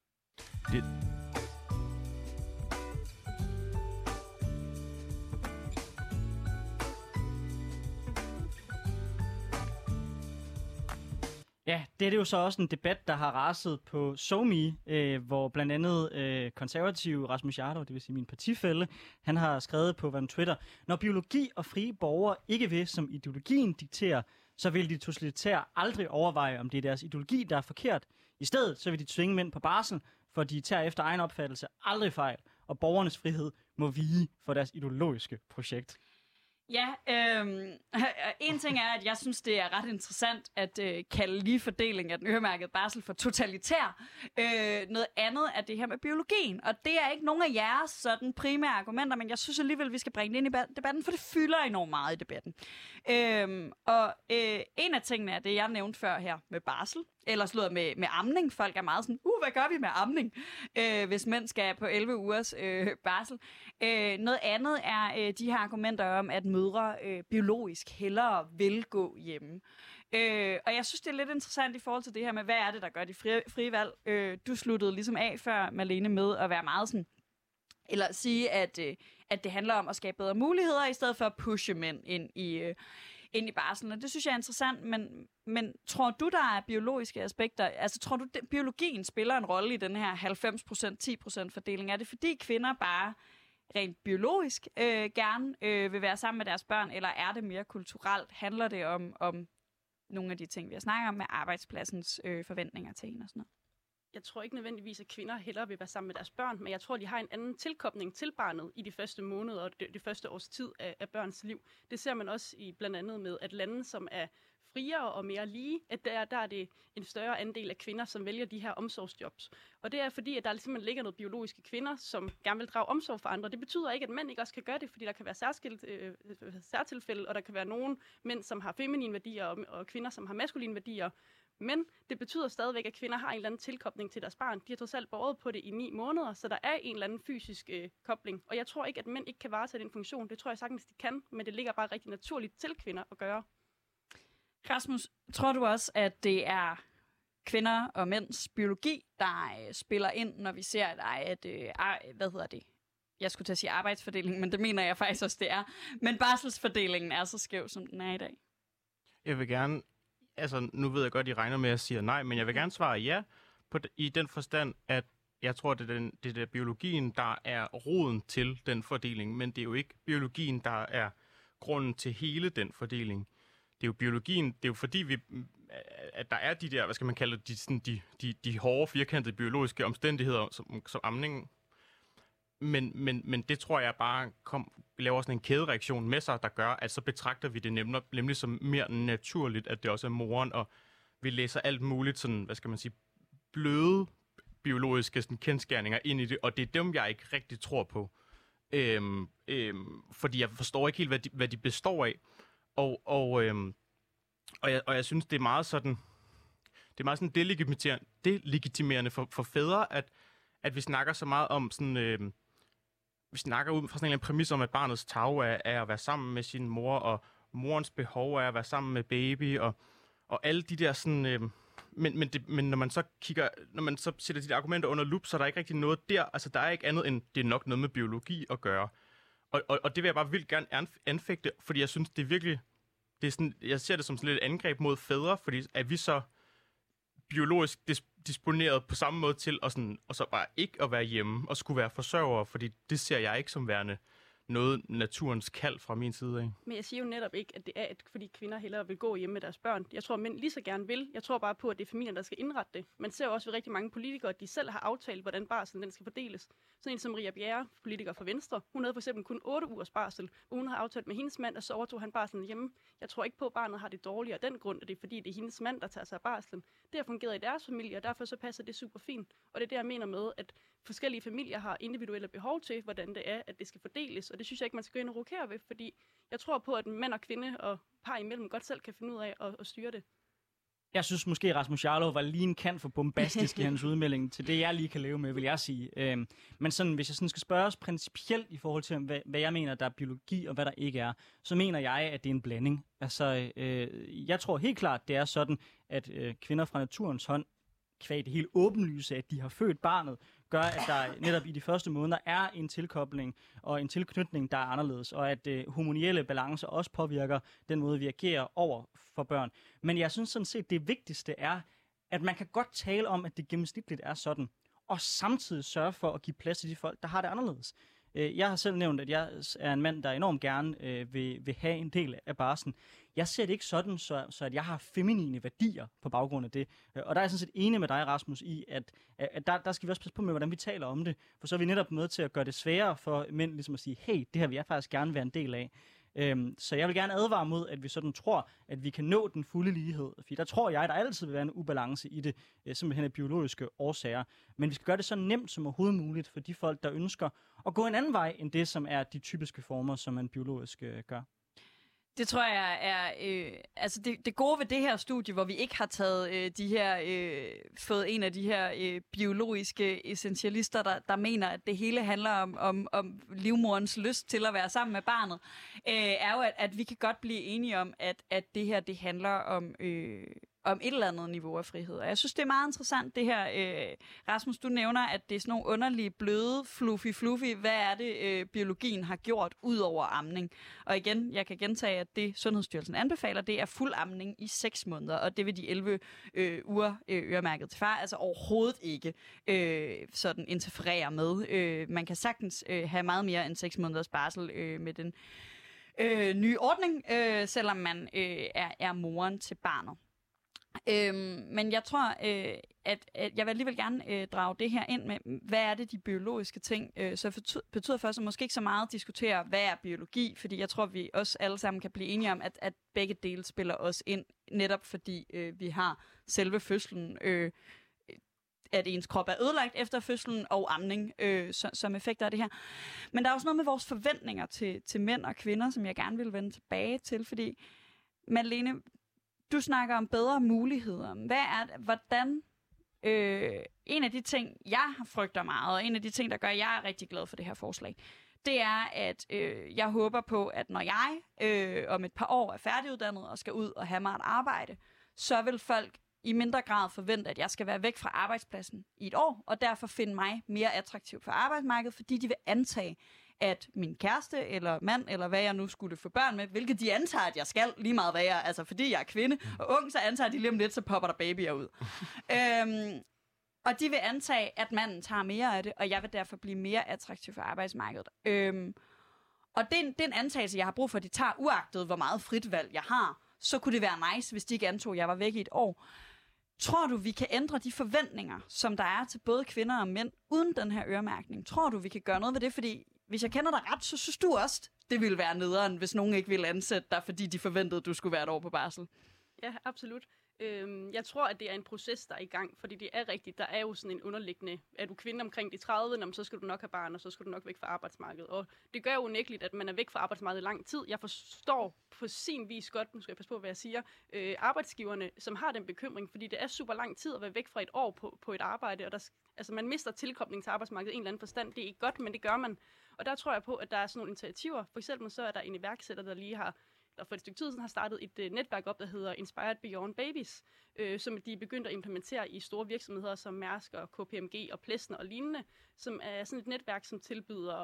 Ja, det er jo så også en debat, der har raset på SoMe, hvor blandt andet konservativ Rasmus Jarlov, det vil sige min partifælle, han har skrevet på Twitter: når biologi og frie borgere ikke vil, som ideologien dikterer, så vil de totalitære aldrig overveje, om det er deres ideologi, der er forkert. I stedet så vil de tvinge mænd på barsel, for de tager efter egen opfattelse aldrig fejl, og borgernes frihed må vige for deres ideologiske projekt. Ja, en ting er, at jeg synes, det er ret interessant at kalde lige fordeling af den øremærkede barsel for totalitær. Noget andet er det her med biologien, og det er ikke nogen af jeres sådan primære argumenter, men jeg synes alligevel, vi skal bringe det ind i debatten, for det fylder enormt meget i debatten. En af tingene er det, jeg nævnte før her med barsel, eller slået med amning. Folk er meget sådan, hvad gør vi med amning, hvis mænd skal på 11 ugers barsel. Noget andet er de her argumenter om, at mødre biologisk hellere vil gå hjemme. Og jeg synes, det er lidt interessant i forhold til det her med, hvad er det, der gør de frie valg. Du sluttede ligesom af før, Marlene, med at være meget sådan, eller sige, at det handler om at skabe bedre muligheder, i stedet for at pushe mænd ind i barslen. Og det synes jeg er interessant, men tror du, der er biologiske aspekter? Altså, tror du, at biologien spiller en rolle i den her 90%, 10% fordeling? Er det fordi kvinder bare rent biologisk gerne vil være sammen med deres børn, eller er det mere kulturelt? Handler det om nogle af de ting, vi har snakket om med arbejdspladsens forventninger til en og sådan noget? Jeg tror ikke nødvendigvis, at kvinder hellere vil være sammen med deres børn, men jeg tror, de har en anden tilkobling til barnet i de første måneder og det første års tid af børns liv. Det ser man også i blandt andet med, at lande, som er friere og mere lige, at der er det en større andel af kvinder, som vælger de her omsorgsjobs. Og det er fordi, at der simpelthen ligger noget biologiske kvinder, som gerne vil drage omsorg for andre. Det betyder ikke, at mænd ikke også kan gøre det, fordi der kan være særtilfælde, og der kan være nogle mænd, som har feminine værdier, og kvinder, som har maskuline værdier. Men det betyder stadigvæk, at kvinder har en eller anden tilkobling til deres barn. De har trods alt båret på det i 9 måneder, så der er en eller anden fysisk kobling. Og jeg tror ikke, at mænd ikke kan varetage den funktion. Det tror jeg sagtens, de kan, men det ligger bare rigtig naturligt til kvinder at gøre. Rasmus, tror du også, at det er kvinder og mænds biologi, der spiller ind, når vi ser, at jeg skulle til at sige arbejdsfordeling, men det mener jeg faktisk også, det er. Men barselsfordelingen er så skæv, som den er i dag. Jeg vil gerne, nu ved jeg godt, I regner med, at jeg siger nej, men jeg vil gerne svare ja, i den forstand, at jeg tror, det er biologien, der er roden til den fordeling, men det er jo ikke biologien, der er grunden til hele den fordeling. Det er jo biologien, det er jo fordi, at der er de der, hvad skal man kalde det, de hårde, firkantede biologiske omstændigheder, som amning. Men det tror jeg bare laver sådan en kædereaktion med sig, der gør, at så betragter vi det nemlig som mere naturligt, at det også er moren, og vi læser alt muligt sådan, hvad skal man sige, bløde biologiske sådan, kendskærninger ind i det, og det er dem, jeg ikke rigtig tror på. Fordi jeg forstår ikke helt, hvad de består af. Og jeg synes, det er meget sådan delegitimerende for fædre, at vi snakker så meget om sådan, vi snakker ud fra sådan en præmis om, at barnets tarv er at være sammen med sin mor, og morens behov er at være sammen med baby, og alle de der sådan, men når man så sætter de argumenter under lup, så er der ikke rigtig noget der, altså der er ikke andet end, det er nok noget med biologi at gøre. Og det vil jeg bare vildt gerne anfægte, fordi jeg synes, det er virkelig, det er sådan, jeg ser det som sådan lidt et angreb mod fædre, fordi at vi så biologisk disponeret på samme måde til og så bare ikke at være hjemme og skulle være forsørgere, fordi det ser jeg ikke som værende noget naturens kald fra min side af. Men jeg siger jo netop ikke, at det er, fordi kvinder hellere vil gå hjemme med deres børn. Jeg tror, at mænd lige så gerne vil. Jeg tror bare på, at det er familien, der skal indrette det. Man ser også ved rigtig mange politikere, at de selv har aftalt, hvordan barselen den skal fordeles. Sådan en som Maria Bjerre, politiker for Venstre, hun havde for eksempel kun 8 ugers barsel, og hun havde aftalt med hendes mand, og så overtog han barselen hjemme. Jeg tror ikke på, at barnet har det dårligere af den grund, at det er fordi, det er hendes mand, der tager sig af barselen. Det har fungeret i deres familie, og derfor så passer det super fint. Og det er det, jeg mener med, at forskellige familier har individuelle behov til, hvordan det er, at det skal fordeles. Og det synes jeg ikke, man skal gå ind og rokere ved, fordi jeg tror på, at mand og kvinde og par imellem godt selv kan finde ud af at styre det. Jeg synes måske, Rasmus Jarlov var lige en kant for bombastisk i hans udmelding til det, jeg lige kan leve med, vil jeg sige. Men sådan, hvis jeg sådan skal spørges principielt i forhold til, hvad jeg mener, der er biologi og hvad der ikke er, så mener jeg, at det er en blanding. Altså, jeg tror helt klart, det er sådan, at kvinder fra naturens hånd, kvad det helt åbenlyse, at de har født barnet, gør, at der netop i de første måneder er en tilkobling og en tilknytning, der er anderledes, og at hormonielle balancer også påvirker den måde, vi agerer over for børn. Men jeg synes sådan set, det vigtigste er, at man kan godt tale om, at det gennemsnitligt er sådan, og samtidig sørge for at give plads til de folk, der har det anderledes. Jeg har selv nævnt, at jeg er en mand, der enormt gerne vil have en del af barslen. Jeg ser det ikke sådan, så at jeg har feminine værdier på baggrund af det. Og der er jeg sådan set enig med dig, Rasmus, i, at der skal vi også passe på med, hvordan vi taler om det. For så er vi netop med til at gøre det sværere for mænd ligesom at sige, hey, det her vil jeg faktisk gerne være en del af. Så jeg vil gerne advare mod, at vi sådan tror, at vi kan nå den fulde lighed. For der tror jeg, der altid vil være en ubalance i det, simpelthen af biologiske årsager. Men vi skal gøre det så nemt som overhovedet muligt for de folk, der ønsker at gå en anden vej, end det, som er de typiske former, som man biologisk gør. Det tror jeg er altså det gode ved det her studie, hvor vi ikke har taget fået en af de her biologiske essentialister, der mener, at det hele handler om livmorens lyst til at være sammen med barnet, er jo, at vi kan godt blive enige om, at det her det handler om et eller andet niveau af frihed. Og jeg synes, det er meget interessant, det her, Rasmus, du nævner, at det er sådan nogle underlige, bløde, fluffy. Hvad er det, biologien har gjort ud over amning? Og igen, jeg kan gentage, at det Sundhedsstyrelsen anbefaler, det er fuld amning i 6 måneder, og det vil de 11 uger øremærket til far, altså overhovedet ikke sådan interferere med. Man kan sagtens have meget mere end 6 måneders barsel med den nye ordning, selvom man er moren til barnet. Men jeg tror, at jeg vil alligevel gerne drage det her ind med, hvad er det de biologiske ting, så betyder først at måske ikke så meget at diskutere, hvad er biologi, fordi jeg tror, vi også alle sammen kan blive enige om, at begge dele spiller os ind, netop fordi vi har selve fødslen, at ens krop er ødelagt efter fødslen, og amning som effekter af det her. Men der er også noget med vores forventninger til mænd og kvinder, som jeg gerne vil vende tilbage til, fordi Malene, du snakker om bedre muligheder. Hvordan en af de ting, jeg frygter meget, og en af de ting, der gør, at jeg er rigtig glad for det her forslag, det er, at jeg håber på, at når jeg om et par år er færdiguddannet og skal ud og have mig et arbejde, så vil folk i mindre grad forvente, at jeg skal være væk fra arbejdspladsen i et år, og derfor finde mig mere attraktiv på arbejdsmarkedet, fordi de vil antage, at min kæreste eller mand, eller hvad jeg nu skulle få børn med, hvilket de antager, at jeg skal, lige meget hvad jeg, altså fordi jeg er kvinde og ung, så antager de lige om lidt, så popper der babyer ud. Og de vil antage, at manden tager mere af det, og jeg vil derfor blive mere attraktiv for arbejdsmarkedet. Og det er en antagelse, jeg har brug for, at de tager, uagtet hvor meget frit valg jeg har. Så kunne det være nice, hvis de ikke antog, at jeg var væk i et år. Tror du, vi kan ændre de forventninger, som der er til både kvinder og mænd, uden den her øremærkning? Tror du, vi kan gøre noget ved det? Fordi hvis jeg kender dig ret, så synes du også, det ville være nederen, hvis nogen ikke ville ansætte dig, fordi de forventede, at du skulle være et år på barsel. Ja, absolut. Jeg tror, at det er en proces, der er i gang, fordi det er rigtigt. Der er jo sådan en underliggende, er du kvinde omkring de 30, så skal du nok have barn, og så skal du nok væk fra arbejdsmarkedet. Og det gør jo unægteligt, at man er væk fra arbejdsmarkedet i lang tid. Jeg forstår på sin vis godt, nu skal jeg passe på, hvad jeg siger, arbejdsgiverne, som har den bekymring, fordi det er super lang tid at være væk fra et år på et arbejde, og man mister tilkobling til arbejdsmarkedet i en eller anden forstand. Det er ikke godt, men det gør man. Og der tror jeg på, at der er sådan nogle initiativer. For eksempel så er der en iværksætter, der lige har for et stykke tid siden har startet et netværk op, der hedder Inspired Beyond Babies, som de er begyndt at implementere i store virksomheder som Mærsk og KPMG og Plessner og lignende, som er sådan et netværk, som tilbyder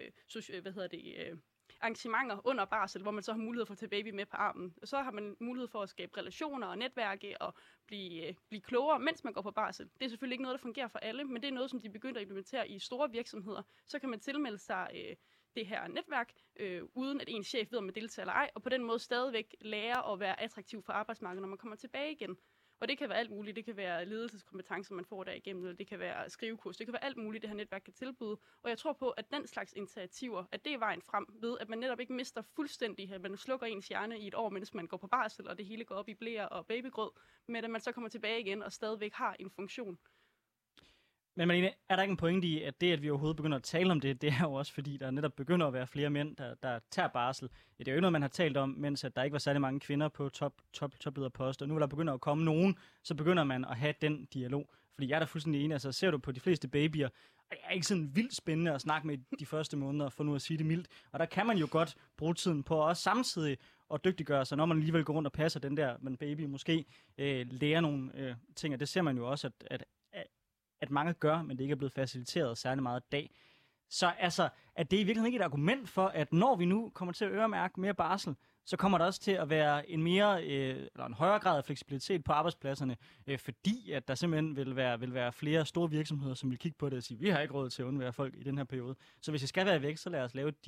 arrangementer under barsel, hvor man så har mulighed for at tage baby med på armen. Og så har man mulighed for at skabe relationer og netværke og blive klogere, mens man går på barsel. Det er selvfølgelig ikke noget, der fungerer for alle, men det er noget, som de er begyndt at implementere i store virksomheder. Så kan man tilmelde sig det her netværk, uden at ens chef ved, om man deltager eller ej, og på den måde stadigvæk lære at være attraktiv for arbejdsmarkedet, når man kommer tilbage igen. Og det kan være alt muligt. Det kan være ledelseskompetencer, man får derigennem, eller det kan være skrivekurs. Det kan være alt muligt, det her netværk kan tilbyde. Og jeg tror på, at den slags initiativer, at det er vejen frem ved, at man netop ikke mister fuldstændig, at man slukker ens hjerne i et år, mens man går på barsel, og det hele går op i blæer og babygrød, men at man så kommer tilbage igen og stadigvæk har en funktion. Men Malene, er der ikke en pointe i, at det, at vi overhovedet begynder at tale om det, det er jo også fordi, der netop begynder at være flere mænd, der tager barsel. Ja, det er jo ikke noget, man har talt om, mens at der ikke var særlig mange kvinder på toplederposter. Nu er der begynder at komme nogen, så begynder man at have den dialog. Fordi jeg er da fuldstændig enig, altså ser du på de fleste babyer, og det er ikke sådan vildt spændende at snakke med de første måneder, for nu at sige det mildt. Og der kan man jo godt bruge tiden på også samtidig at dygtiggøre sig, når man alligevel går rundt og passer den der, men baby måske lærer nogle ting, og det ser man jo også, at mange gør, men det ikke er blevet faciliteret særlig meget i dag. Så altså, at det i virkeligheden ikke et argument for, at når vi nu kommer til at øremærke mere barsel, så kommer der også til at være en højere grad af fleksibilitet på arbejdspladserne, fordi at der simpelthen vil være flere store virksomheder, som vil kigge på det og sige, vi har ikke råd til at undvære folk i den her periode. Så hvis jeg skal være væk, så lad os lave de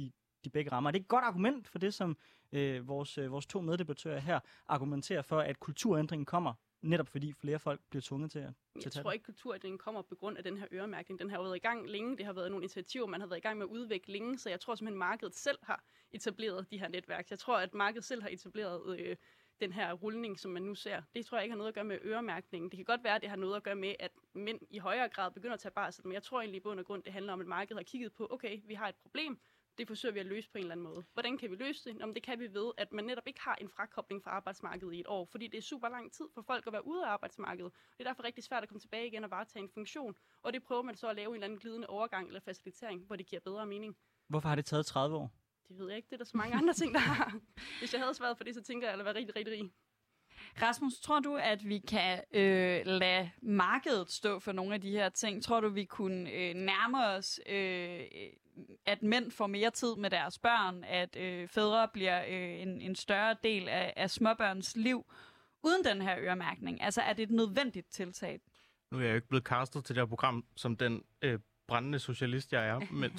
de begge rammer. Det er et godt argument for det, som vores to meddebattører her argumenterer for, at kulturændringen kommer, netop fordi flere folk bliver tvunget til at Jeg tror ikke, kulturændringen kommer på grund af den her øremærkning. Den har været i gang længe. Det har været nogle initiativer, man har været i gang med at udvikle længe, så jeg tror simpelthen, markedet selv har etableret de her netværk. Jeg tror, at markedet selv har etableret den her rulning, som man nu ser. Det tror jeg ikke har noget at gøre med øremærkningen. Det kan godt være, at det har noget at gøre med, at mænd i højere grad begynder at tage barsel, men jeg tror egentlig i bund og grund, det handler om, at markedet har kigget på, okay, vi har et problem, det forsøger vi at løse på en eller anden måde. Hvordan kan vi løse det? Jamen, det kan vi ved, at man netop ikke har en frakobling fra arbejdsmarkedet i et år, fordi det er super lang tid for folk at være ude af arbejdsmarkedet. Det er derfor rigtig svært at komme tilbage igen og varetage en funktion, og det prøver man så at lave en eller anden glidende overgang eller facilitering, hvor det giver bedre mening. Hvorfor har det taget 30 år? Det ved jeg ikke. Det er der så mange andre ting, der har. Hvis jeg havde svaret for det, så tænker jeg, at være rigtig, rigtig rig. Rasmus, tror du, at vi kan lade markedet stå for nogle af de her ting? Tror du, vi kunne nærme os, at mænd får mere tid med deres børn, at fædre bliver en større del af småbørns liv, uden den her øremærkning? Altså, er det et nødvendigt tiltag? Nu er jeg jo ikke blevet castet til det her program som den brændende socialist, jeg er,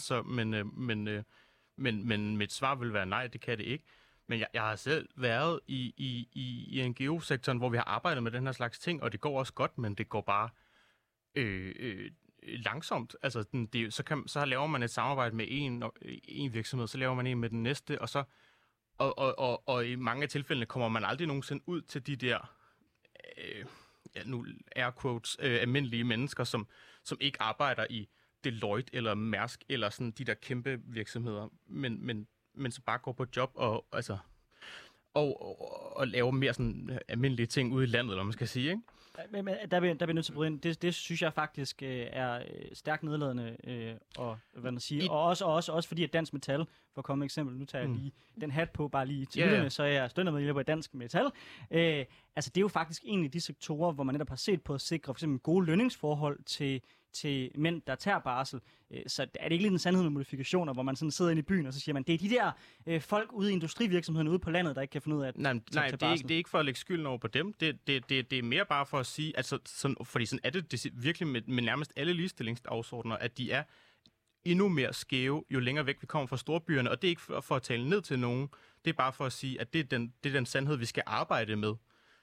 men mit svar vil være nej, det kan det ikke. Men jeg har selv været i NGO-sektoren, hvor vi har arbejdet med den her slags ting, og det går også godt, men det går bare langsomt. Altså, så laver man et samarbejde med en virksomhed, så laver man en med den næste, og så og i mange af tilfældene kommer man aldrig nogensinde ud til de der nu air quotes, almindelige mennesker, som ikke arbejder i Deloitte eller Mærsk eller sådan de der kæmpe virksomheder, men så bare går på job og laver mere sådan almindelige ting ude i landet, eller man skal sige, ikke? Men der bliver nødt til at bryde ind. Det synes jeg faktisk er stærkt nedladende og hvad man siger. Og også fordi at Dansk Metal, for at komme med et eksempel, nu tager jeg lige den hat på, bare lige til lytterne, så jeg er støttemedhjælper i Dansk Metal. Altså det er jo faktisk en af de sektorer, hvor man netop har set på at sikre for eksempel gode lønningsforhold til mænd, der tager barsel. Så er det ikke lidt en sandhed med modifikationer, hvor man sådan sidder inde i byen, og så siger man, det er de der folk ude i industrivirksomheden ude på landet, der ikke kan finde ud af at tage barsel. Det er ikke for at lægge skylden over på dem. Det er mere bare for at sige, altså, fordi sådan er det virkelig med nærmest alle ligestillingsdagsordner, at de er endnu mere skæve, jo længere væk vi kommer fra storbyerne, og det er ikke for at tale ned til nogen, det er bare for at sige, at det er den sandhed, vi skal arbejde med.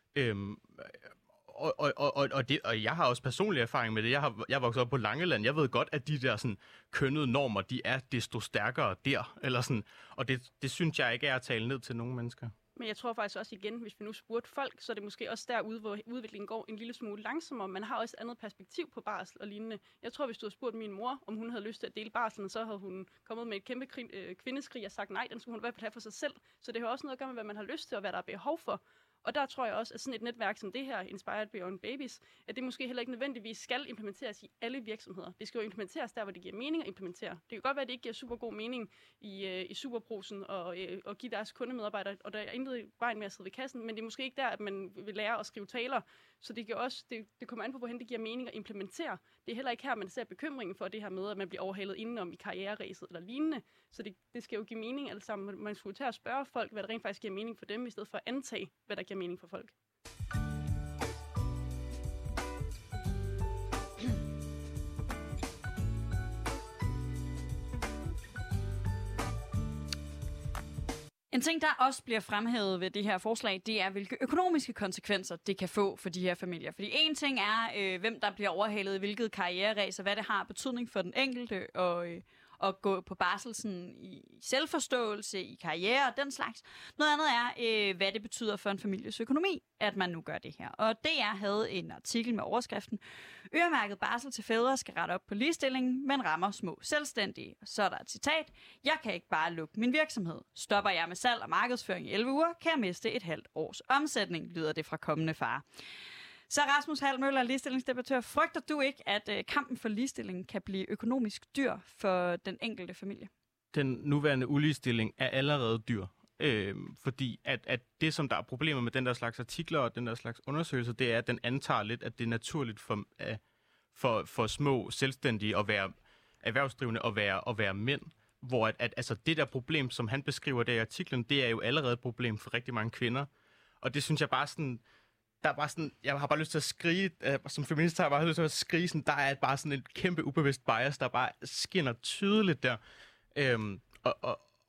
Og jeg har også personlig erfaring med det. Jeg er vokset op på Langeland. Jeg ved godt, at de der sådan kønnede normer, de er desto stærkere der. Eller sådan. Og det synes jeg ikke er at tale ned til nogle mennesker. Men jeg tror faktisk også igen, hvis vi nu spurgte folk, så er det måske også derude, hvor udviklingen går en lille smule langsommere. Man har også et andet perspektiv på barsel og lignende. Jeg tror, hvis du havde spurgt min mor, om hun havde lyst til at dele barslen, så havde hun kommet med et kæmpe kvindeskrig og sagt nej, den skulle hun i hvert fald have for sig selv. Så det har også noget at gøre med, hvad man har lyst til og hvad der er behov for. Og der tror jeg også, at sådan et netværk som det her, Inspired Beyond Babies, at det måske heller ikke nødvendigvis skal implementeres i alle virksomheder. Det skal jo implementeres der, hvor det giver mening at implementere. Det kan godt være, at det ikke giver super god mening i Superbrusen og give deres kundemedarbejdere, og der er intet i vejen med at sidde ved kassen, men det er måske ikke der, at man vil lære at skrive taler. Så det, det kommer an på, hvordan det giver mening at implementere. Det er heller ikke her, man ser bekymringen for det her med, at man bliver overhalet indenom i karriereræset eller lignende. Så det skal jo give mening alt sammen. Man skulle tage og spørge folk, hvad der rent faktisk giver mening for dem, i stedet for at antage, hvad der giver mening for folk. En ting, der også bliver fremhævet ved det her forslag, det er, hvilke økonomiske konsekvenser det kan få for de her familier. Fordi en ting er, hvem der bliver overhalet i hvilket karriereræs, og hvad det har betydning for den enkelte, og gå på barsel sådan, i selvforståelse, i karriere og den slags. Noget andet er, hvad det betyder for en families økonomi, at man nu gør det her. Og DR havde en artikel med overskriften: øremærket barsel til fædre skal rette op på ligestillingen, men rammer små selvstændige. Så er der et citat: jeg kan ikke bare lukke min virksomhed. Stopper jeg med salg og markedsføring i 11 uger, kan jeg miste et halvt års omsætning, lyder det fra kommende far. Så Rasmus Hall-Møller, ligestillingsdebattør, frygter du ikke, at kampen for ligestilling kan blive økonomisk dyr for den enkelte familie? Den nuværende uligestilling er allerede dyr, fordi at det, som der er problemer med den der slags artikler og den der slags undersøgelser, det er, at den antager lidt, at det er naturligt for små selvstændige at være erhvervsdrivende og være mænd, hvor at altså det der problem, som han beskriver der i artiklen, det er jo allerede et problem for rigtig mange kvinder. Og det synes jeg bare sådan... Der er bare sådan, jeg har bare lyst til at skrige, som feminist har jeg bare lyst til at skrige, sådan, der er bare sådan et kæmpe ubevidst bias, der bare skinner tydeligt der.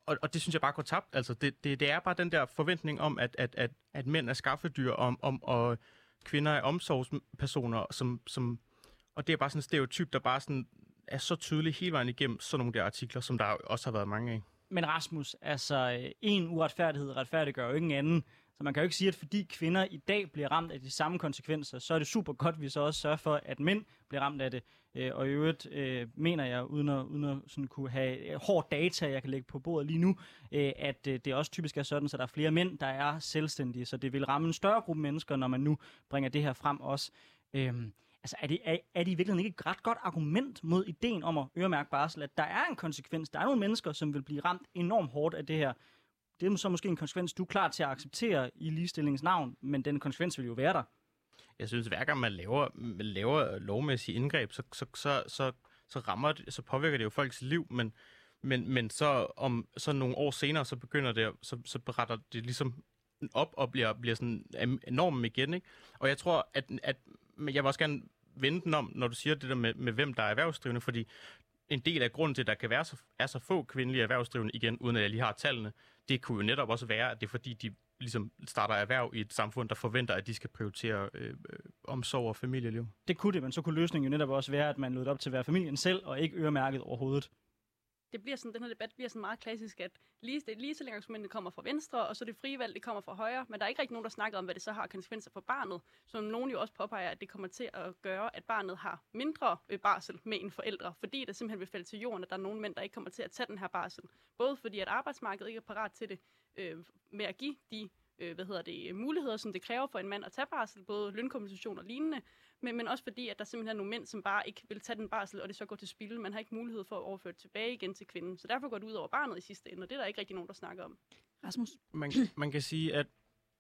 og det synes jeg bare går tabt. Altså, det er bare den der forventning om, at mænd er skaffedyr, og kvinder er omsorgspersoner, som og det er bare sådan en stereotyp, der bare sådan er så tydelig hele vejen igennem sådan nogle der artikler, som der også har været mange af. Men Rasmus, altså en uretfærdighed retfærdiggør jo ikke en anden. Så man kan jo ikke sige, at fordi kvinder i dag bliver ramt af de samme konsekvenser, så er det super godt, hvis vi så også sørger for, at mænd bliver ramt af det. Og i øvrigt mener jeg, uden at sådan kunne have hård data, jeg kan lægge på bordet lige nu, at det også typisk er sådan, så der er flere mænd, der er selvstændige. Så det vil ramme en større gruppe mennesker, når man nu bringer det her frem også. Altså, er det i virkeligheden ikke et ret godt argument mod ideen om at øremærke barsel, at der er en konsekvens? Der er nogle mennesker, som vil blive ramt enormt hårdt af det her. Det er så måske en konsekvens, du er klar til at acceptere i ligestillingens navn, men den konsekvens vil jo være der. Jeg synes, hver gang man laver lovmæssige indgreb, så påvirker det jo folks liv, men så om så nogle år senere, så begynder det, så beretter det ligesom op og bliver sådan enormt igen, ikke? Og jeg tror, at jeg vil også gerne vende den om, når du siger det der med hvem der er erhvervsdrivende, fordi en del af grunden til, at der kan være så få kvindelige erhvervsdrivende, igen, uden at jeg lige har tallene, det kunne jo netop også være, at det er fordi, de ligesom starter erhverv i et samfund, der forventer, at de skal prioritere omsorg og familieliv. Det kunne det, men så kunne løsningen jo netop også være, at man lod det op til at være familien selv, og ikke øremærket overhovedet. Det bliver sådan, den her debat bliver sådan meget klassisk, at ligestillingsargumentet kommer fra venstre, og så det frie valg, det kommer fra højre, men der er ikke rigtig nogen, der snakker om, hvad det så har konsekvenser for barnet, som nogen jo også påpeger, at det kommer til at gøre, at barnet har mindre barsel med en forælder, fordi det simpelthen vil falde til jorden, at der er nogle mænd, der ikke kommer til at tage den her barsel. Både fordi, at arbejdsmarkedet ikke er parat til det, med at give de muligheder, som det kræver for en mand at tage barsel, både lønkompensation og lignende, men også fordi, at der simpelthen er nogle mænd, som bare ikke vil tage den barsel, og det så går til spilde. Man har ikke mulighed for at overføre det tilbage igen til kvinden. Så derfor går det ud over barnet i sidste ende, og det er der ikke rigtig nogen, der snakker om. Rasmus? Man kan sige, at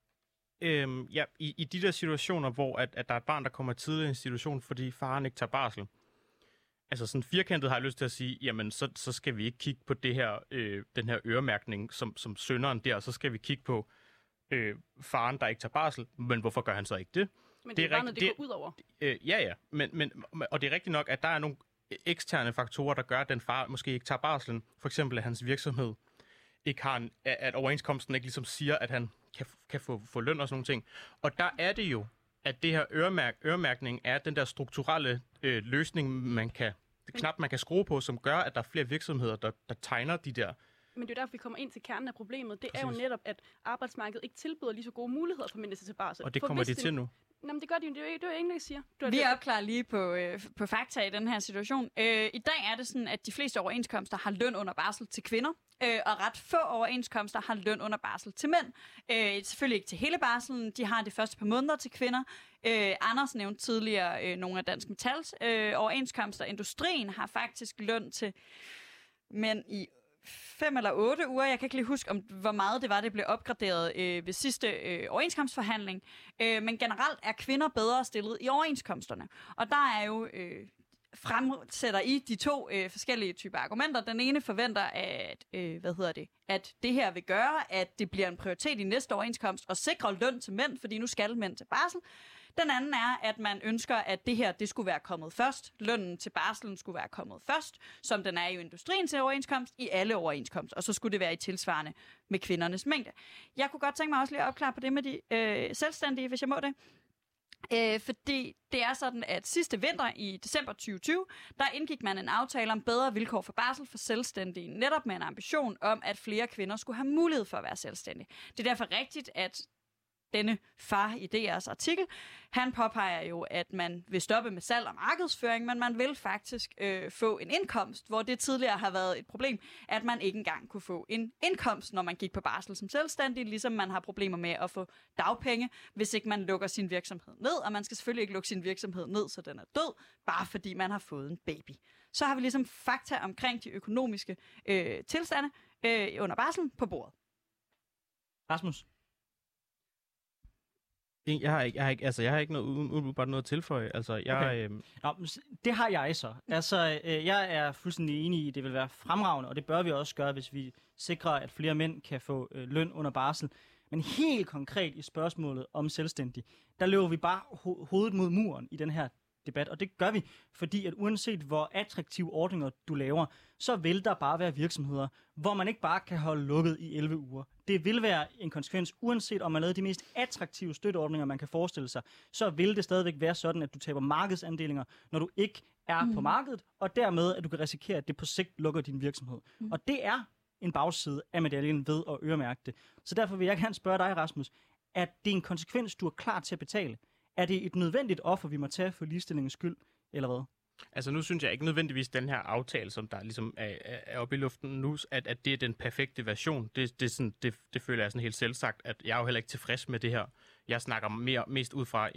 i de der situationer, hvor at der er et barn, der kommer tidligere i en situation, fordi faren ikke tager barsel, altså sådan firkantet har jeg lyst til at sige, jamen så skal vi ikke kigge på det her, den her øremærkning som synderen der, så skal vi kigge på faren, der ikke tager barsel, men hvorfor gør han så ikke det? Men det er barnet, det går ud over. Ja, og det er rigtigt nok, at der er nogle eksterne faktorer, der gør, at den far måske ikke tager barselen. For eksempel, at hans virksomhed ikke har at overenskomsten ikke ligesom siger, at han kan få løn og sådan nogle ting. Og der er det jo, at det her øremærkning er den der strukturelle løsning, man kan skrue på, som gør, at der er flere virksomheder, der tegner de der. Men det er derfor, vi kommer ind til kernen af problemet. Det er jo netop, at arbejdsmarkedet ikke tilbyder lige så gode muligheder for mænd til barsel. Og det kommer de til nu. Jamen, det gør de jo. Det er jo ingen, der siger. Vi er opklarer lige på fakta i den her situation. I dag er det sådan, at de fleste overenskomster har løn under barsel til kvinder, og ret få overenskomster har løn under barsel til mænd. Selvfølgelig ikke til hele barselen. De har det første par måneder til kvinder. Anders nævnte tidligere nogle af Dansk Metals overenskomster. Industrien har faktisk løn til mænd i 5 eller 8 uger. Jeg kan ikke lige huske, hvor meget det blev opgraderet ved sidste overenskomstforhandling. Men generelt er kvinder bedre stillet i overenskomsterne. Og der er jo fremsætter I de to forskellige typer argumenter. Den ene forventer, at det her vil gøre, at det bliver en prioritet i næste overenskomst og sikre løn til mænd, fordi nu skal mænd til barsel. Den anden er, at man ønsker, at det her det skulle være kommet først. Lønnen til barselen skulle være kommet først, som den er i industriens overenskomst, i alle overenskomster. Og så skulle det være i tilsvarende med kvindernes mængde. Jeg kunne godt tænke mig også lige at opklare på det med de selvstændige, hvis jeg må det. Fordi det er sådan, at sidste vinter i december 2020, der indgik man en aftale om bedre vilkår for barsel for selvstændige, netop med en ambition om, at flere kvinder skulle have mulighed for at være selvstændige. Det er derfor rigtigt, at denne far i DR's artikel, han påpeger jo, at man vil stoppe med salg og markedsføring, men man vil faktisk få en indkomst, hvor det tidligere har været et problem, at man ikke engang kunne få en indkomst, når man gik på barsel som selvstændig, ligesom man har problemer med at få dagpenge, hvis ikke man lukker sin virksomhed ned, og man skal selvfølgelig ikke lukke sin virksomhed ned, så den er død, bare fordi man har fået en baby. Så har vi ligesom fakta omkring de økonomiske tilstande under barselen på bordet. Rasmus? Jeg har ikke noget at tilføje. Altså, okay. Det har jeg så. Altså, jeg er fuldstændig enig i, at det vil være fremragende, og det bør vi også gøre, hvis vi sikrer, at flere mænd kan få løn under barsel. Men helt konkret i spørgsmålet om selvstændig, der løber vi bare hovedet mod muren i den her debat, og det gør vi, fordi at uanset hvor attraktive ordninger du laver, så vil der bare være virksomheder, hvor man ikke bare kan holde lukket i 11 uger. Det vil være en konsekvens, uanset om man lavede de mest attraktive støtteordninger, man kan forestille sig, så vil det stadigvæk være sådan, at du taber markedsandelinger, når du ikke er på markedet, og dermed, at du kan risikere, at det på sigt lukker din virksomhed. Og det er en bagside af medaljen ved at øremærke det. Så derfor vil jeg gerne spørge dig, Rasmus, at det er en konsekvens, du er klar til at betale? Er det et nødvendigt offer, vi må tage for ligestillingens skyld, eller hvad? Altså nu synes jeg ikke nødvendigvis, den her aftale, som der ligesom er oppe i luften nu, at det er den perfekte version. Det føler jeg sådan helt selvsagt, at jeg er jo heller ikke tilfreds med det her. Jeg snakker mest ud fra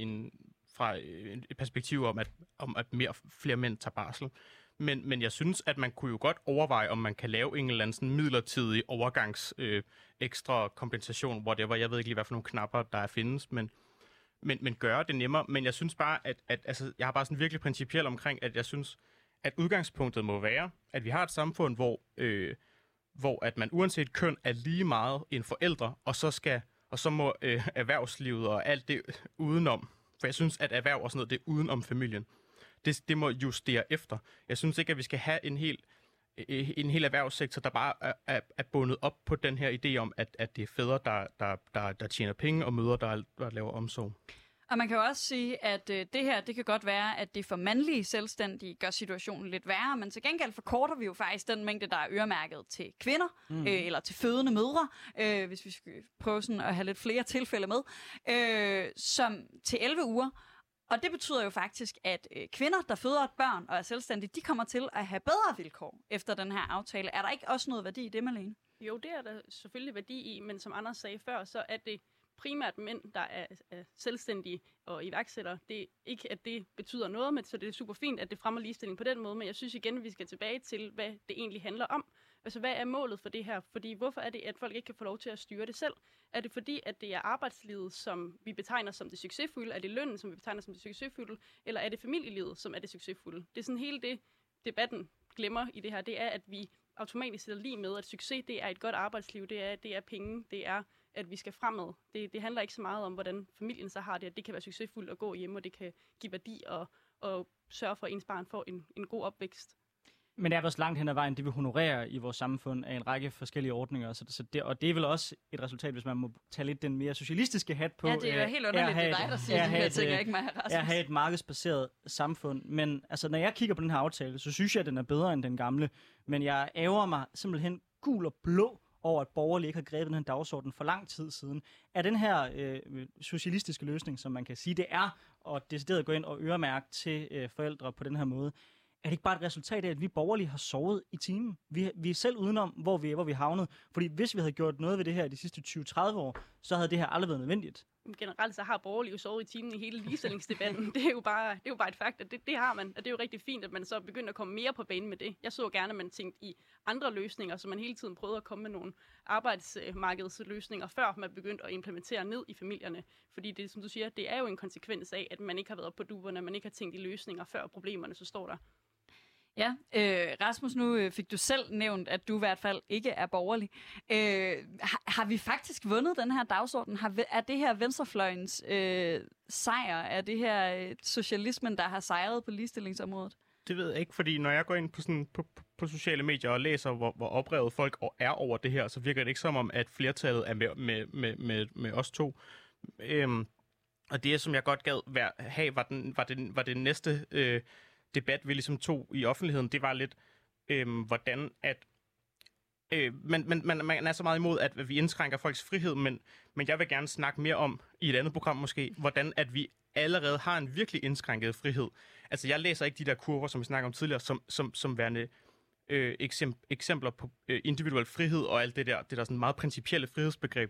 et perspektiv om at flere mænd tager barsel. Men jeg synes, at man kunne jo godt overveje, om man kan lave en eller anden sådan midlertidig overgangs ekstra kompensation, whatever. Jeg ved ikke lige, hvad for nogle knapper, der findes, men gøre det nemmere. Men jeg synes bare, at altså, jeg har bare sådan virkelig principielt omkring, at jeg synes, at udgangspunktet må være, at vi har et samfund, hvor at man uanset køn er lige meget en forælder, og så må erhvervslivet og alt det udenom, for jeg synes, at erhverv og sådan noget, det er udenom familien. Det må justere efter. Jeg synes ikke, at vi skal have en hel erhvervssektor, der bare er bundet op på den her idé om, at det er fædre, der tjener penge, og mødre, der laver omsorg. Og man kan jo også sige, at det her, det kan godt være, at det for mandlige selvstændige gør situationen lidt værre, men til gengæld forkorter vi jo faktisk den mængde, der er øremærket til kvinder, eller til fødende mødre, hvis vi skal prøve sådan at have lidt flere tilfælde med, som til 11 uger. Og det betyder jo faktisk, at kvinder, der føder et børn og er selvstændige, de kommer til at have bedre vilkår efter den her aftale. Er der ikke også noget værdi i det, Malene? Jo, det er der selvfølgelig værdi i, men som Anders sagde før, så er det primært mænd, der er selvstændige og iværksættere. Det er ikke, at det betyder noget, men så det er super fint, at det fremmer ligestilling på den måde, men jeg synes igen, at vi skal tilbage til, hvad det egentlig handler om. Altså, hvad er målet for det her? Fordi hvorfor er det, at folk ikke kan få lov til at styre det selv? Er det fordi, at det er arbejdslivet, som vi betegner som det succesfulde? Er det lønnen, som vi betegner som det succesfulde? Eller er det familielivet, som er det succesfulde? Det er sådan hele det, debatten glemmer i det her. Det er, at vi automatisk sætter lige med, at succes, det er et godt arbejdsliv. Det er penge. Det er, at vi skal fremad. Det handler ikke så meget om, hvordan familien så har det, at det kan være succesfuldt at gå hjemme, og det kan give værdi og sørge for, at ens barn får en god opvækst. Men det er også langt hen ad vejen, det vi honorerer i vores samfund af en række forskellige ordninger. Og det er vel også et resultat, hvis man må tage lidt den mere socialistiske hat på. Ja, det er helt underligt, det er dig, der siger det her ting, ikke mig, Rasmus. At have et markedsbaseret samfund. Men altså, når jeg kigger på den her aftale, så synes jeg, at den er bedre end den gamle. Men jeg ærger mig simpelthen gul og blå over, at borgerlige ikke har grebet den her dagsorden for lang tid siden. Er den her socialistiske løsning, som man kan sige, det er, og decideret gå ind og øremærke til forældre på den her måde, er det ikke bare et resultat af, at vi borgerlige har sovet i timen? Vi er selv udenom, hvor vi er havnet. Fordi hvis vi havde gjort noget ved det her de sidste 20-30 år, så havde det her aldrig været nødvendigt. Generelt så har borgerlige jo sovet i timen i hele ligestillingsdebatten. Det er jo bare et fakt, at det har man. Og det er jo rigtig fint, at man så begynder at komme mere på banen med det. Jeg så gerne, at man tænkte i andre løsninger, så man hele tiden prøvede at komme med nogle arbejdsmarkedsløsninger, før man begyndte at implementere ned i familierne. Fordi det, som du siger, det er jo en konsekvens af, at man ikke har været på dupperne, man ikke har tænkt i løsninger, før problemerne så står der. Ja, Rasmus, nu fik du selv nævnt, at du i hvert fald ikke er borgerlig. Har vi faktisk vundet den her dagsorden? Er det her venstrefløjens sejr? Er det her socialismen, der har sejret på ligestillingsområdet? Det ved jeg ikke, fordi når jeg går ind på sociale medier og læser, hvor oprevet folk er over det her, så virker det ikke som om, at flertallet er med os to. Og det, som jeg godt gad have, var det næste debat, vi ligesom tog i offentligheden. Det var lidt, hvordan at man er så meget imod, at vi indskrænker folks frihed, men jeg vil gerne snakke mere om, i et andet program måske, hvordan at vi allerede har en virkelig indskrænket frihed. Altså, jeg læser ikke de der kurver, som vi snakker om tidligere, som værende eksempler på individuel frihed og alt det der sådan meget principielle frihedsbegreb.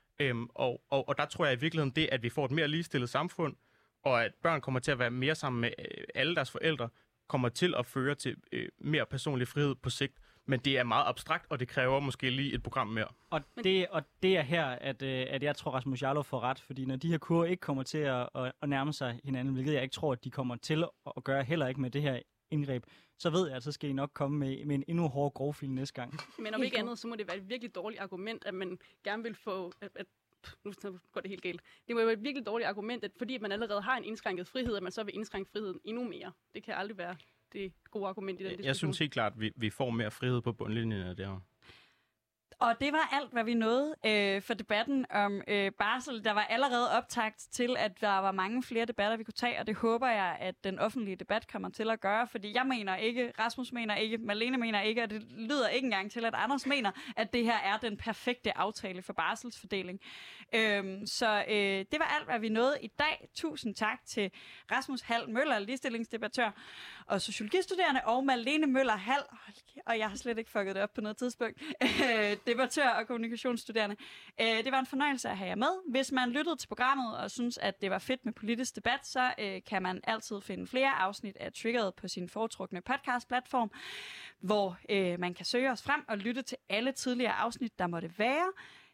Og der tror jeg i virkeligheden det, at vi får et mere ligestillet samfund, og at børn kommer til at være mere sammen med alle deres forældre, kommer til at føre til mere personlig frihed på sigt. Men det er meget abstrakt, og det kræver måske lige et program mere. Og det er her, at jeg tror, Rasmus Jarlov får ret, fordi når de her kurver ikke kommer til at nærme sig hinanden, hvilket jeg ikke tror, at de kommer til at gøre, heller ikke med det her indgreb, så ved jeg, at så skal I nok komme med en endnu hårdere grovfil næste gang. Men om ikke andet, så må det være et virkelig dårligt argument, at man gerne vil få, at nu går det helt galt. Det må jo være et virkelig dårligt argument, at fordi man allerede har en indskrænket frihed, at man så vil indskrænke friheden endnu mere. Det kan aldrig være det gode argument i den diskussion. Jeg synes helt klart, at vi får mere frihed på bundlinjen af det her. Og det var alt, hvad vi nåede for debatten om barsel. Der var allerede optakt til, at der var mange flere debatter, vi kunne tage, og det håber jeg, at den offentlige debat kommer til at gøre, fordi jeg mener ikke, Rasmus mener ikke, Malene mener ikke, og det lyder ikke engang til, at Anders mener, at det her er den perfekte aftale for barselsfordeling. Så det var alt, hvad vi nåede i dag. Tusind tak til Rasmus Hall Møller, ligestillingsdebattør og sociologistuderende, og Malene Møller Hall, og jeg har slet ikke fucket det op på noget tidspunkt, debattør og kommunikationsstuderende. Det var en fornøjelse at have jer med. Hvis man lyttede til programmet og synes, at det var fedt med politisk debat, så kan man altid finde flere afsnit af Triggeret på sin foretrukne podcast-platform, hvor man kan søge os frem og lytte til alle tidligere afsnit, der måtte være.